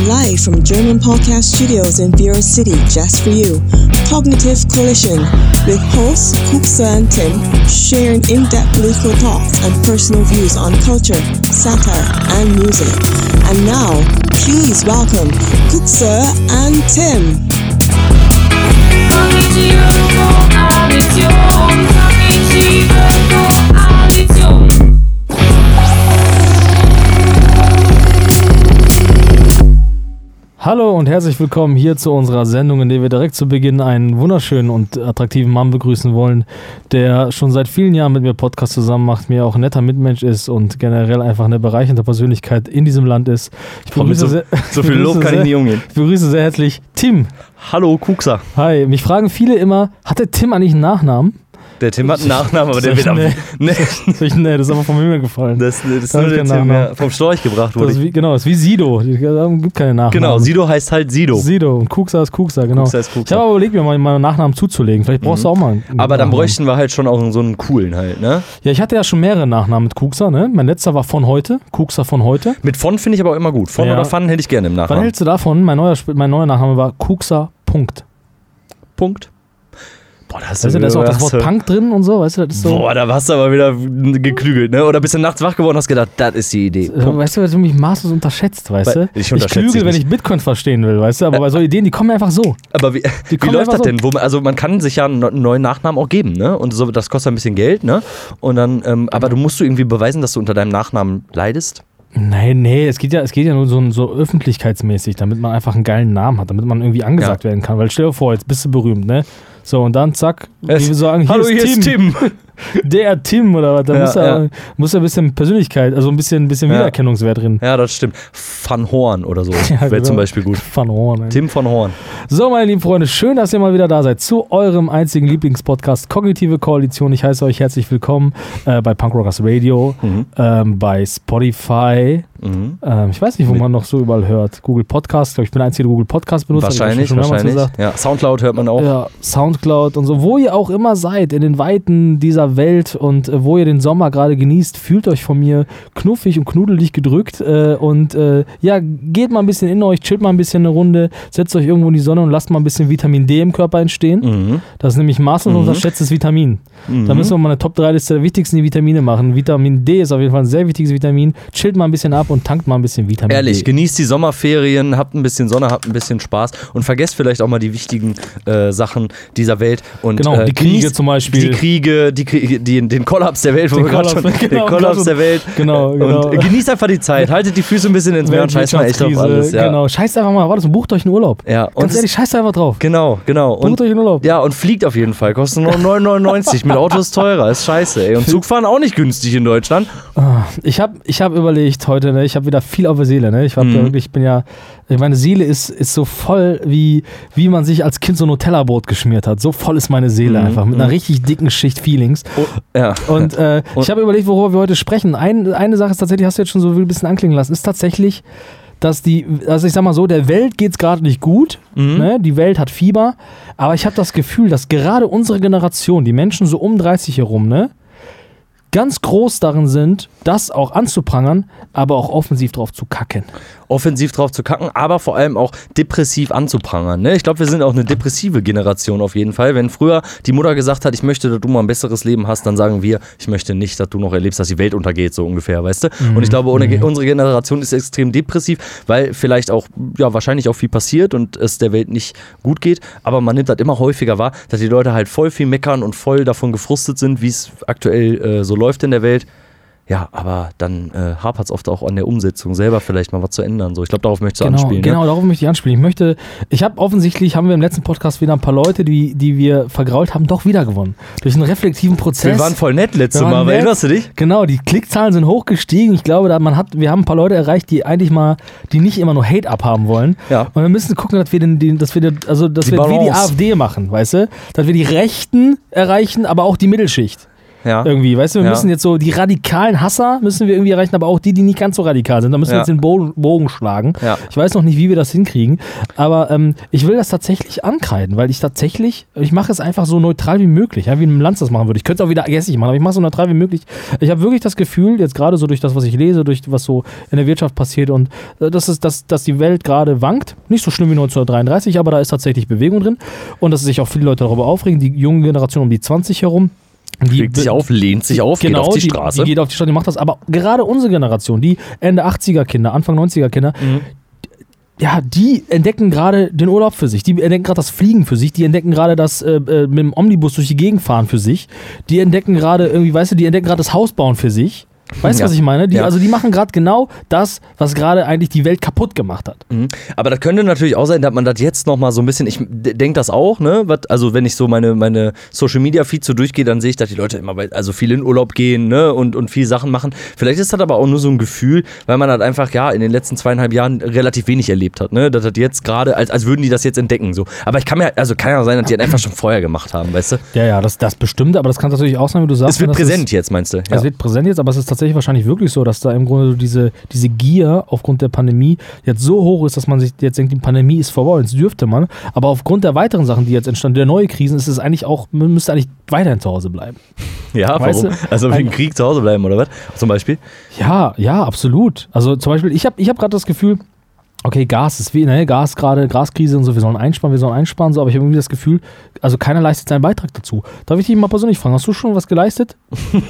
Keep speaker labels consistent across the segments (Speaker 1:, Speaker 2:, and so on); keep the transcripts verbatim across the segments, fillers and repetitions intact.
Speaker 1: Live from German Podcast Studios in Bureau City, just for you. Cognitive Collision with hosts Kuxa and Tim, sharing in-depth political thoughts and personal views on culture, satire, and music. And now, please welcome Kuxa and Tim.
Speaker 2: Hallo und herzlich willkommen hier zu unserer Sendung, in der wir direkt zu Beginn einen wunderschönen und attraktiven Mann begrüßen wollen, der schon seit vielen Jahren mit mir Podcast zusammen macht, mir auch ein netter Mitmensch ist und generell einfach eine bereichernde Persönlichkeit in diesem Land ist. Ich begrüße
Speaker 3: so,
Speaker 2: sehr,
Speaker 3: so viel Lob kann ich nie umgehen.
Speaker 2: Ich begrüße sehr herzlich Tim.
Speaker 3: Hallo Kuxa.
Speaker 2: Hi, mich fragen viele immer, hat der Tim eigentlich einen Nachnamen?
Speaker 3: Der Tim hat einen Nachnamen, aber der wird am...
Speaker 2: Nee. Nee. nee, das ist aber vom Himmel gefallen.
Speaker 3: Das, das ist nur der Tim, der vom Storch gebracht wurde.
Speaker 2: Das ist wie, genau, das ist wie Sido. Es gibt keine Nachnamen.
Speaker 3: Genau, Sido heißt halt Sido.
Speaker 2: Sido und Kuxa ist Kuxa, genau.
Speaker 3: Kuxa ist Kuxa.
Speaker 2: Ich habe aber überlegt, mir mal meinen Nachnamen zuzulegen. Vielleicht brauchst mhm. du auch mal einen
Speaker 3: Aber
Speaker 2: Nachnamen.
Speaker 3: Dann bräuchten wir halt schon auch so einen coolen halt, ne?
Speaker 2: Ja, ich hatte ja schon mehrere Nachnamen mit Kuxa, ne? Mein letzter war von heute, Kuxa von heute.
Speaker 3: Mit von finde ich aber auch immer gut. Von
Speaker 2: ja.
Speaker 3: oder von hätte ich gerne im Nachnamen.
Speaker 2: Was hältst du davon? Mein neuer, mein neuer Nachname war Kuxa Punkt.
Speaker 3: Punkt. Boah, da hast
Speaker 2: weißt du, da ist auch das Wort Punk drin und so, weißt du, das ist so.
Speaker 3: Boah, da warst du aber wieder geklügelt, ne? Oder bist du nachts wach geworden und hast gedacht, das ist die Idee.
Speaker 2: Punkt. Weißt du, dass du mich maßlos unterschätzt, weißt du?
Speaker 3: Ich,
Speaker 2: ich klügel, wenn ich Bitcoin verstehen will, weißt du? Aber bei so Ideen, die kommen einfach so.
Speaker 3: Aber wie, wie läuft das so? denn? Wo man, also man kann sich ja einen neuen Nachnamen auch geben, ne? Und so, das kostet ein bisschen Geld, ne? Und dann, ähm, aber du musst du irgendwie beweisen, dass du unter deinem Nachnamen leidest?
Speaker 2: Nein, nee, es geht ja, es geht ja nur so, so öffentlichkeitsmäßig, damit man einfach einen geilen Namen hat, damit man irgendwie angesagt ja. werden kann. Weil stell dir vor, jetzt bist du berühmt, ne? So, und dann zack,
Speaker 3: es,
Speaker 2: wie wir sagen, hier,
Speaker 3: hallo,
Speaker 2: ist,
Speaker 3: hier
Speaker 2: Tim.
Speaker 3: ist Tim.
Speaker 2: Der Tim oder was, da
Speaker 3: ja,
Speaker 2: muss ja
Speaker 3: ja.
Speaker 2: muss ja ein bisschen Persönlichkeit, also ein bisschen, ein bisschen
Speaker 3: ja.
Speaker 2: Wiedererkennungswert drin.
Speaker 3: Ja, das stimmt. Van Horn oder so
Speaker 2: ja,
Speaker 3: wäre
Speaker 2: genau.
Speaker 3: zum Beispiel gut.
Speaker 2: Van Horn. Ey.
Speaker 3: Tim van Horn.
Speaker 2: So, meine lieben Freunde, schön, dass ihr mal wieder da seid zu eurem einzigen Lieblingspodcast Kognitive Koalition. Ich heiße euch herzlich willkommen äh, bei Punk Rockers Radio,
Speaker 3: mhm.
Speaker 2: ähm, bei Spotify. Mhm. Ähm, ich weiß nicht, wo man noch so überall hört. Google Podcast, glaube ich, bin der einzige, der Google Podcast benutzt.
Speaker 3: Wahrscheinlich,
Speaker 2: schon
Speaker 3: wahrscheinlich.
Speaker 2: Gesagt.
Speaker 3: Ja, Soundcloud hört man auch.
Speaker 2: Ja, Soundcloud und so. Wo ihr auch immer seid, in den Weiten dieser Welt und äh, wo ihr den Sommer gerade genießt, fühlt euch von mir knuffig und knudelig gedrückt äh, und äh, ja, geht mal ein bisschen in euch, chillt mal ein bisschen eine Runde, setzt euch irgendwo in die Sonne und lasst mal ein bisschen Vitamin D im Körper entstehen. Mhm. Das ist nämlich maßlos mhm. unterschätztes Vitamin. Mhm. Da müssen wir mal eine Top drei Liste der wichtigsten Vitamine machen. Vitamin D ist auf jeden Fall ein sehr wichtiges Vitamin. Chillt mal ein bisschen ab und tankt mal ein bisschen Vitamin
Speaker 3: Ehrlich,
Speaker 2: D.
Speaker 3: Genießt die Sommerferien, habt ein bisschen Sonne, habt ein bisschen Spaß und vergesst vielleicht auch mal die wichtigen äh, Sachen dieser Welt. Und,
Speaker 2: genau,
Speaker 3: äh,
Speaker 2: die Kriege zum Beispiel.
Speaker 3: Die Kriege, die Kriege die, den Kollaps der Welt, wo
Speaker 2: den
Speaker 3: wir gerade schon,
Speaker 2: genau,
Speaker 3: den Kollaps der Welt.
Speaker 2: Genau, genau.
Speaker 3: Und genießt einfach die Zeit, haltet die Füße ein bisschen ins Meer und scheißt mal echt auf alles. Ja.
Speaker 2: Genau, scheißt einfach mal, warte, bucht euch einen Urlaub.
Speaker 3: Ja.
Speaker 2: Ganz ehrlich, scheißt einfach drauf.
Speaker 3: Genau, genau.
Speaker 2: Bucht
Speaker 3: und,
Speaker 2: euch einen Urlaub.
Speaker 3: Ja, und fliegt auf jeden Fall, kostet nur neun neunundneunzig. Mit Auto ist teurer, ist scheiße, ey. Und Zugfahren auch nicht günstig in Deutschland.
Speaker 2: Ich habe ich hab überlegt heute, ne, ich habe wieder viel auf der Seele, ne? Ich, hab mhm. da wirklich, ich bin ja, meine Seele ist, ist so voll, wie, wie man sich als Kind so ein Nutella-Brot geschmiert hat. So voll ist meine Seele mhm. einfach, mit einer richtig dicken Schicht Feelings. Oh, ja. Und äh, und ich habe überlegt, worüber wir heute sprechen. Ein, eine Sache ist tatsächlich, hast du jetzt schon so ein bisschen anklingen lassen, ist tatsächlich, dass die, also ich sag mal so, der Welt geht es gerade nicht gut, mhm. ne? Die Welt hat Fieber, aber ich habe das Gefühl, dass gerade unsere Generation, die Menschen so um dreißig herum, ne, ganz groß darin sind, das auch anzuprangern, aber auch offensiv drauf zu kacken.
Speaker 3: Offensiv drauf zu kacken, aber vor allem auch depressiv anzuprangern. Ne? Ich glaube, wir sind auch eine depressive Generation auf jeden Fall. Wenn früher die Mutter gesagt hat, ich möchte, dass du mal ein besseres Leben hast, dann sagen wir, ich möchte nicht, dass du noch erlebst, dass die Welt untergeht, so ungefähr, weißt du? Mhm. Und ich glaube, mhm. unsere Generation ist extrem depressiv, weil vielleicht auch, ja, wahrscheinlich auch viel passiert und es der Welt nicht gut geht, aber man nimmt das immer häufiger wahr, dass die Leute halt voll viel meckern und voll davon gefrustet sind, wie es aktuell äh, so läuft in der Welt. Ja, aber dann äh, hapert es oft auch an der Umsetzung, selber vielleicht mal was zu ändern. So, ich glaube, darauf möchtest du
Speaker 2: genau,
Speaker 3: anspielen.
Speaker 2: Genau,
Speaker 3: ne?
Speaker 2: darauf möchte ich anspielen. Ich möchte, ich habe offensichtlich, haben wir im letzten Podcast wieder ein paar Leute, die, die wir vergrault haben, doch wieder gewonnen. Durch einen reflektiven Prozess.
Speaker 3: Wir waren voll nett letztes Mal, nett. Erinnerst du dich?
Speaker 2: Genau, die Klickzahlen sind hochgestiegen. Ich glaube, da man hat, wir haben ein paar Leute erreicht, die eigentlich mal, die nicht immer nur Hate abhaben wollen. Ja. Und wir müssen gucken, dass wir den, den dass wir, den, also, dass
Speaker 3: die
Speaker 2: wir
Speaker 3: Balance.
Speaker 2: wie die AfD machen, weißt du? Dass wir die Rechten erreichen, aber auch die Mittelschicht.
Speaker 3: Ja.
Speaker 2: Irgendwie, weißt du, wir
Speaker 3: ja.
Speaker 2: müssen jetzt so die radikalen Hasser müssen wir irgendwie erreichen, aber auch die, die nicht ganz so radikal sind. Da müssen wir
Speaker 3: ja.
Speaker 2: jetzt den Bogen, Bogen schlagen.
Speaker 3: Ja.
Speaker 2: Ich weiß noch nicht, wie wir das hinkriegen, aber ähm, ich will das tatsächlich ankreiden, weil ich tatsächlich, ich mache es einfach so neutral wie möglich, ja, wie ein Lanz das machen würde. Ich könnte es auch wieder gässig machen, aber ich mache es so neutral wie möglich. Ich habe wirklich das Gefühl, jetzt gerade so durch das, was ich lese, durch was so in der Wirtschaft passiert und äh, das ist, dass, dass die Welt gerade wankt. Nicht so schlimm wie neunzehnhundertdreiunddreißig, aber da ist tatsächlich Bewegung drin und dass sich auch viele Leute darüber aufregen, die junge Generation um die zwanzig herum. Die
Speaker 3: Legt sich auf, lehnt sich auf,
Speaker 2: genau,
Speaker 3: geht auf die,
Speaker 2: die
Speaker 3: Straße.
Speaker 2: Die geht auf die Straße, die macht das. Aber gerade unsere Generation, die Ende achtziger Kinder, Anfang neunziger Kinder, mhm. ja, die entdecken gerade den Urlaub für sich. Die entdecken gerade das Fliegen für sich. Die entdecken gerade das äh, mit dem Omnibus durch die Gegend fahren für sich. Die entdecken gerade irgendwie, weißt du, die entdecken gerade das Haus bauen für sich. Weißt du, ja. was ich meine? Die, ja. Also die machen gerade genau das, was gerade eigentlich die Welt kaputt gemacht hat.
Speaker 3: Mhm. Aber das könnte natürlich auch sein, dass man das jetzt nochmal so ein bisschen, ich denke das auch, ne? Also wenn ich so meine, meine Social-Media-Feeds so durchgehe, dann sehe ich, dass die Leute immer bei, also viel in Urlaub gehen, ne? Und, und viel Sachen machen. Vielleicht ist das aber auch nur so ein Gefühl, weil man halt einfach, ja, in den letzten zweieinhalb Jahren relativ wenig erlebt hat, ne? Dass das jetzt gerade, als, als würden die das jetzt entdecken, so. Aber ich kann mir, also kann ja sein, dass die das einfach schon vorher gemacht haben, weißt du?
Speaker 2: Ja, ja, das, das bestimmt, aber das kann natürlich auch sein, wie du sagst.
Speaker 3: Es wird präsent ist, jetzt, meinst du? Ja.
Speaker 2: Es wird präsent jetzt, aber es ist tatsächlich wahrscheinlich wirklich so, dass da im Grunde diese, diese Gier aufgrund der Pandemie jetzt so hoch ist, dass man sich jetzt denkt, die Pandemie ist vorbei, jetzt dürfte man. Aber aufgrund der weiteren Sachen, die jetzt entstanden, der neue Krisen, ist es eigentlich auch, man müsste eigentlich weiterhin zu Hause bleiben.
Speaker 3: Ja, weißt warum? Du? Also wegen Krieg zu Hause bleiben, oder was? Zum Beispiel?
Speaker 2: Ja, ja, absolut. Also zum Beispiel, ich habe ich hab gerade das Gefühl, okay, Gas ist wie, ne, Gas gerade, Gaskrise und so, wir sollen einsparen, wir sollen einsparen, so, aber ich habe irgendwie das Gefühl, also keiner leistet seinen Beitrag dazu. Darf ich dich mal persönlich fragen, hast du schon was geleistet?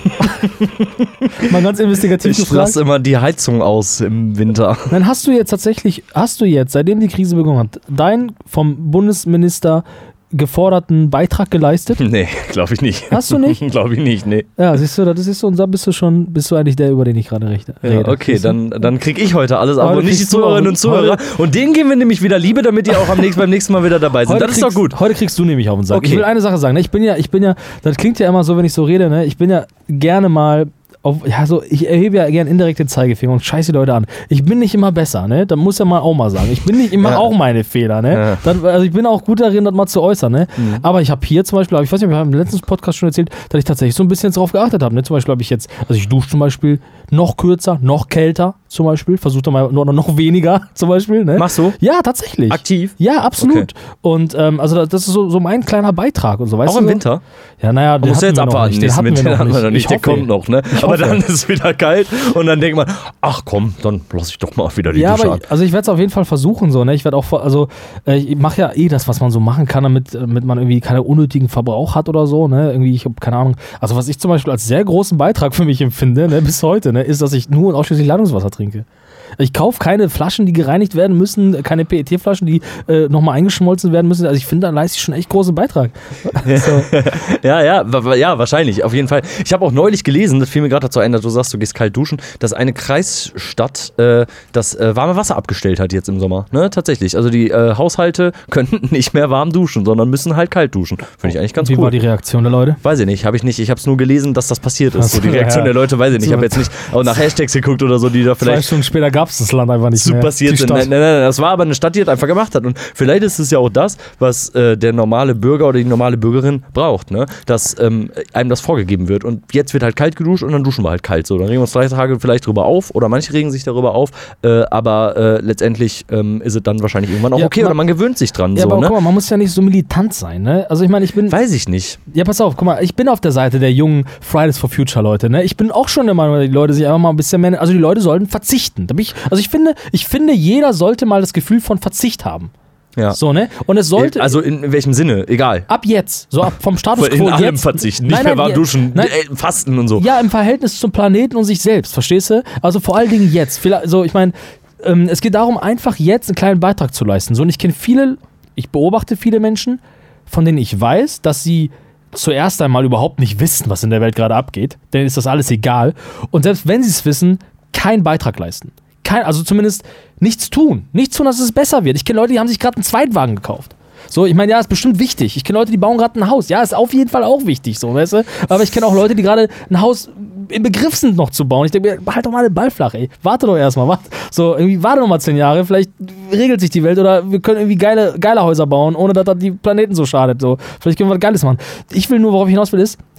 Speaker 2: Mal ganz investigativ
Speaker 3: ich
Speaker 2: gefragt.
Speaker 3: Ich lasse immer die Heizung aus im Winter.
Speaker 2: Dann hast du jetzt tatsächlich, hast du jetzt, seitdem die Krise begonnen hat, dein vom Bundesminister geforderten Beitrag geleistet?
Speaker 3: Nee, glaube ich nicht.
Speaker 2: Hast du nicht?
Speaker 3: Glaube ich nicht, nee.
Speaker 2: Ja, siehst du, das ist so, und da bist du schon, bist du eigentlich der, über den ich gerade rede.
Speaker 3: Ja, okay, dann, dann kriege ich heute alles ab und nicht die Zuhörerinnen und Zuhörer. Und denen geben wir nämlich wieder Liebe, damit die auch am nächsten, beim nächsten Mal wieder dabei sind.
Speaker 2: Heute
Speaker 3: das ist
Speaker 2: kriegst,
Speaker 3: doch gut.
Speaker 2: Heute kriegst du nämlich auf den Sack.
Speaker 3: Okay.
Speaker 2: Ich will eine Sache sagen, ne? ich bin ja, ich bin ja, das klingt ja immer so, wenn ich so rede, ne? Ich bin ja gerne mal auf, ja, so, ich erhebe ja gerne indirekt den Zeigefinger und scheiße die Leute an. Ich bin nicht immer besser, ne? Da muss ja mal auch mal sagen. Ich bin nicht immer ja. auch meine Fehler, ne? Ja. Das, also ich bin auch gut darin, das mal zu äußern, ne? Mhm. Aber ich habe hier zum Beispiel, ich weiß nicht, wir haben im letzten Podcast schon erzählt, dass ich tatsächlich so ein bisschen darauf geachtet habe, ne? Zum Beispiel habe ich jetzt, also ich dusche zum Beispiel noch kürzer, noch kälter zum Beispiel, versuche da mal noch, noch weniger zum Beispiel, ne?
Speaker 3: Machst du?
Speaker 2: Ja, tatsächlich.
Speaker 3: Aktiv?
Speaker 2: Ja, absolut.
Speaker 3: Okay.
Speaker 2: Und ähm, also das ist so, so mein kleiner Beitrag und so, weißt
Speaker 3: auch
Speaker 2: du?
Speaker 3: Auch im
Speaker 2: so?
Speaker 3: Winter?
Speaker 2: Ja, naja, den
Speaker 3: musst du jetzt abwarten.
Speaker 2: Den hatten wir noch nicht.
Speaker 3: noch nicht. Der kommt noch, ne?
Speaker 2: Ich
Speaker 3: aber
Speaker 2: hoffe.
Speaker 3: Dann ist es wieder kalt und dann denkt man, ach komm, dann lass ich doch mal wieder die
Speaker 2: ja,
Speaker 3: Dusche
Speaker 2: aber
Speaker 3: an.
Speaker 2: Ich, also ich werde es auf jeden Fall versuchen, so, ne? Ich werde auch, also äh, ich mache ja eh das, was man so machen kann, damit, damit man irgendwie keinen unnötigen Verbrauch hat oder so, ne? Irgendwie, ich habe keine Ahnung. Also was ich zum Beispiel als sehr großen Beitrag für mich empfinde, ne, bis heute, ne, ist, dass ich nur und ausschließlich Leitungswasser trinke. Ich kaufe keine Flaschen, die gereinigt werden müssen, keine P E T-Flaschen, die äh, nochmal eingeschmolzen werden müssen. Also ich finde, da leiste ich schon echt großen Beitrag.
Speaker 3: So. ja, ja, ja, wahrscheinlich, auf jeden Fall. Ich habe auch neulich gelesen, das fiel mir gerade dazu ein, dass du sagst, du gehst kalt duschen, dass eine Kreisstadt äh, das äh, warme Wasser abgestellt hat jetzt im Sommer. Ne? Tatsächlich. Also die äh, Haushalte könnten nicht mehr warm duschen, sondern müssen halt kalt duschen. Finde ich eigentlich ganz
Speaker 2: Wie
Speaker 3: cool.
Speaker 2: Wie war die Reaktion der Leute?
Speaker 3: Weiß ich nicht, habe ich nicht. Ich habe es nur gelesen, dass das passiert ist.
Speaker 2: Also,
Speaker 3: so die Reaktion
Speaker 2: ja.
Speaker 3: der Leute, weiß ich nicht. Ich habe jetzt nicht auch nach Hashtags geguckt oder so, die da vielleicht...
Speaker 2: Zwei Stunden später gab es das Land einfach nicht
Speaker 3: zu
Speaker 2: mehr.
Speaker 3: passiert sind. Nein, nein, nein, das war aber eine Stadt, die das einfach gemacht hat. Und vielleicht ist es ja auch das, was äh, der normale Bürger oder die normale Bürgerin braucht, ne? Dass ähm, einem das vorgegeben wird. Und jetzt wird halt kalt geduscht und dann duschen wir halt kalt. So, dann regen wir uns drei Tage vielleicht drüber auf oder manche regen sich darüber auf, äh, aber äh, letztendlich ähm, ist es dann wahrscheinlich irgendwann auch
Speaker 2: ja,
Speaker 3: okay
Speaker 2: man,
Speaker 3: oder man gewöhnt sich dran.
Speaker 2: Ja,
Speaker 3: so,
Speaker 2: aber
Speaker 3: ne?
Speaker 2: guck mal, man muss ja nicht so militant sein, ne? Also ich meine, ich bin...
Speaker 3: Weiß ich nicht.
Speaker 2: Ja, pass auf, guck mal, ich bin auf der Seite der jungen Fridays for Future Leute, ne? Ich bin auch schon der Meinung, die Leute sich einfach mal ein bisschen mehr... Also die Leute sollten verzichten. Da bin ich, also ich finde, ich finde, jeder sollte mal das Gefühl von Verzicht haben.
Speaker 3: Ja.
Speaker 2: So, ne? Und es sollte...
Speaker 3: Also in welchem Sinne? Egal.
Speaker 2: Ab jetzt. So ab vom Status
Speaker 3: in
Speaker 2: quo
Speaker 3: allem
Speaker 2: jetzt.
Speaker 3: verzichten. Nicht
Speaker 2: Nein,
Speaker 3: mehr
Speaker 2: nein,
Speaker 3: warm duschen,
Speaker 2: nein.
Speaker 3: äh, fasten und so.
Speaker 2: Ja, im Verhältnis zum Planeten und sich selbst, verstehst du? Also vor allen Dingen jetzt. Vielleicht, so, ich meine, ähm, es geht darum, einfach jetzt einen kleinen Beitrag zu leisten. So, und ich kenne viele, ich beobachte viele Menschen, von denen ich weiß, dass sie zuerst einmal überhaupt nicht wissen, was in der Welt gerade abgeht. Denen ist das alles egal. Und selbst wenn sie es wissen, keinen Beitrag leisten. Kein, also zumindest nichts tun. Nichts tun, dass es besser wird. Ich kenne Leute, die haben sich gerade einen Zweitwagen gekauft. So, ich meine, ja, ist bestimmt wichtig. Ich kenne Leute, die bauen gerade ein Haus. Ja, ist auf jeden Fall auch wichtig, so, weißt du? Aber ich kenne auch Leute, die gerade ein Haus im Begriff sind noch zu bauen. Ich denke mir, halt doch mal den Ball flach, ey. Warte doch erstmal, warte. So, irgendwie warte noch mal zehn Jahre, vielleicht regelt sich die Welt oder wir können irgendwie geile, geile Häuser bauen, ohne dass das die Planeten so schadet. So. Vielleicht können wir was Geiles machen. Ich will nur, worauf ich hinaus will, ist,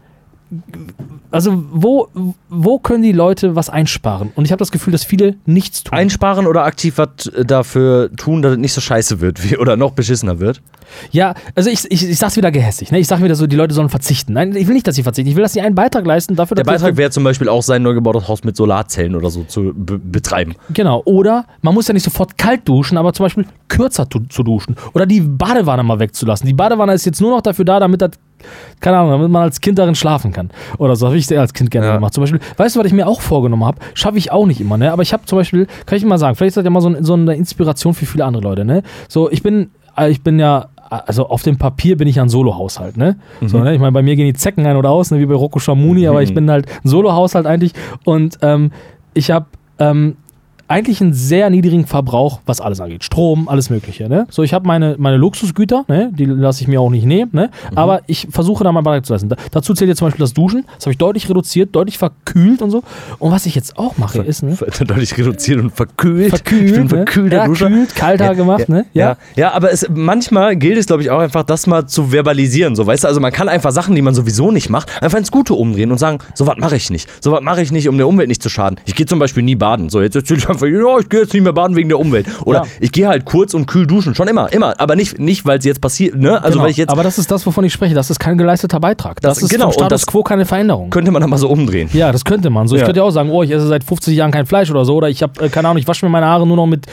Speaker 2: also wo, wo können die Leute was einsparen? Und ich habe das Gefühl, dass viele nichts tun.
Speaker 3: Einsparen oder aktiv was dafür tun, dass es nicht so scheiße wird wie, oder noch beschissener wird?
Speaker 2: Ja, also ich, ich, ich sag's wieder gehässig, ne? Ich sag wieder so, die Leute sollen verzichten. Nein, ich will nicht, dass sie verzichten. Ich will, dass sie einen Beitrag leisten dafür,
Speaker 3: Der
Speaker 2: dass
Speaker 3: Beitrag wäre zum Beispiel auch, sein neu gebautes Haus mit Solarzellen oder so zu be- betreiben.
Speaker 2: Genau, oder man muss ja nicht sofort kalt duschen, aber zum Beispiel kürzer zu, zu duschen. Oder die Badewanne mal wegzulassen. Die Badewanne ist jetzt nur noch dafür da, damit das, keine Ahnung, damit man als Kind darin schlafen kann. Oder so, habe ich als Kind gerne
Speaker 3: Ja.
Speaker 2: gemacht. Zum Beispiel, weißt du, was ich mir auch vorgenommen habe? Schaffe ich auch nicht immer, ne? Aber ich habe zum Beispiel, kann ich mal sagen, vielleicht ist das ja mal so, so eine Inspiration für viele andere Leute, ne? So, ich bin, ich bin ja, also auf dem Papier bin ich ja ein Solo-Haushalt, ne? Mhm. So, ne? Ich meine, bei mir gehen die Zecken ein oder aus, ne? Wie bei Rocco Schamoni, mhm. aber ich bin halt ein Solo-Haushalt eigentlich und ähm, ich habe ähm, eigentlich einen sehr niedrigen Verbrauch, was alles angeht. Strom, alles Mögliche. Ne? So, ich habe meine, meine Luxusgüter, ne? Die lasse ich mir auch nicht nehmen, ne? Mhm. Aber ich versuche da mal Beitrag zu leisten. Da, dazu zählt jetzt zum Beispiel das Duschen. Das habe ich deutlich reduziert, deutlich verkühlt und so. Und was ich jetzt auch mache, ist, ne?
Speaker 3: Deutlich reduziert und verkühlt.
Speaker 2: Verkühlt,
Speaker 3: ich bin
Speaker 2: ne?
Speaker 3: verkühlter
Speaker 2: ja,
Speaker 3: Duscher.
Speaker 2: Kühlt, kalter
Speaker 3: ja,
Speaker 2: gemacht,
Speaker 3: ja,
Speaker 2: ne?
Speaker 3: Ja, ja, ja aber es, manchmal gilt es, glaube ich, auch einfach, das mal zu verbalisieren. So, weißt du, also man kann einfach Sachen, die man sowieso nicht macht, einfach ins Gute umdrehen und sagen, so was mache ich nicht. So was mache ich nicht, um der Umwelt nicht zu schaden. Ich gehe zum Beispiel nie baden. So, jetzt erzähle ich einfach, ja, ich gehe jetzt nicht mehr baden wegen der Umwelt. Oder ja. ich gehe halt kurz und kühl duschen. Schon immer, immer. Aber nicht, nicht weil es jetzt passiert, ne? Also,
Speaker 2: genau.
Speaker 3: weil ich jetzt
Speaker 2: aber das ist das, wovon ich spreche. Das ist kein geleisteter Beitrag. Das, das ist genau, vom Status quo keine Veränderung.
Speaker 3: Könnte man dann mal so umdrehen.
Speaker 2: Ja, das könnte man. So, ich
Speaker 3: ja.
Speaker 2: könnte ja auch sagen, oh, ich esse seit fünfzig Jahren kein Fleisch oder so. Oder ich habe, äh, keine Ahnung, ich wasche mir meine Haare nur noch mit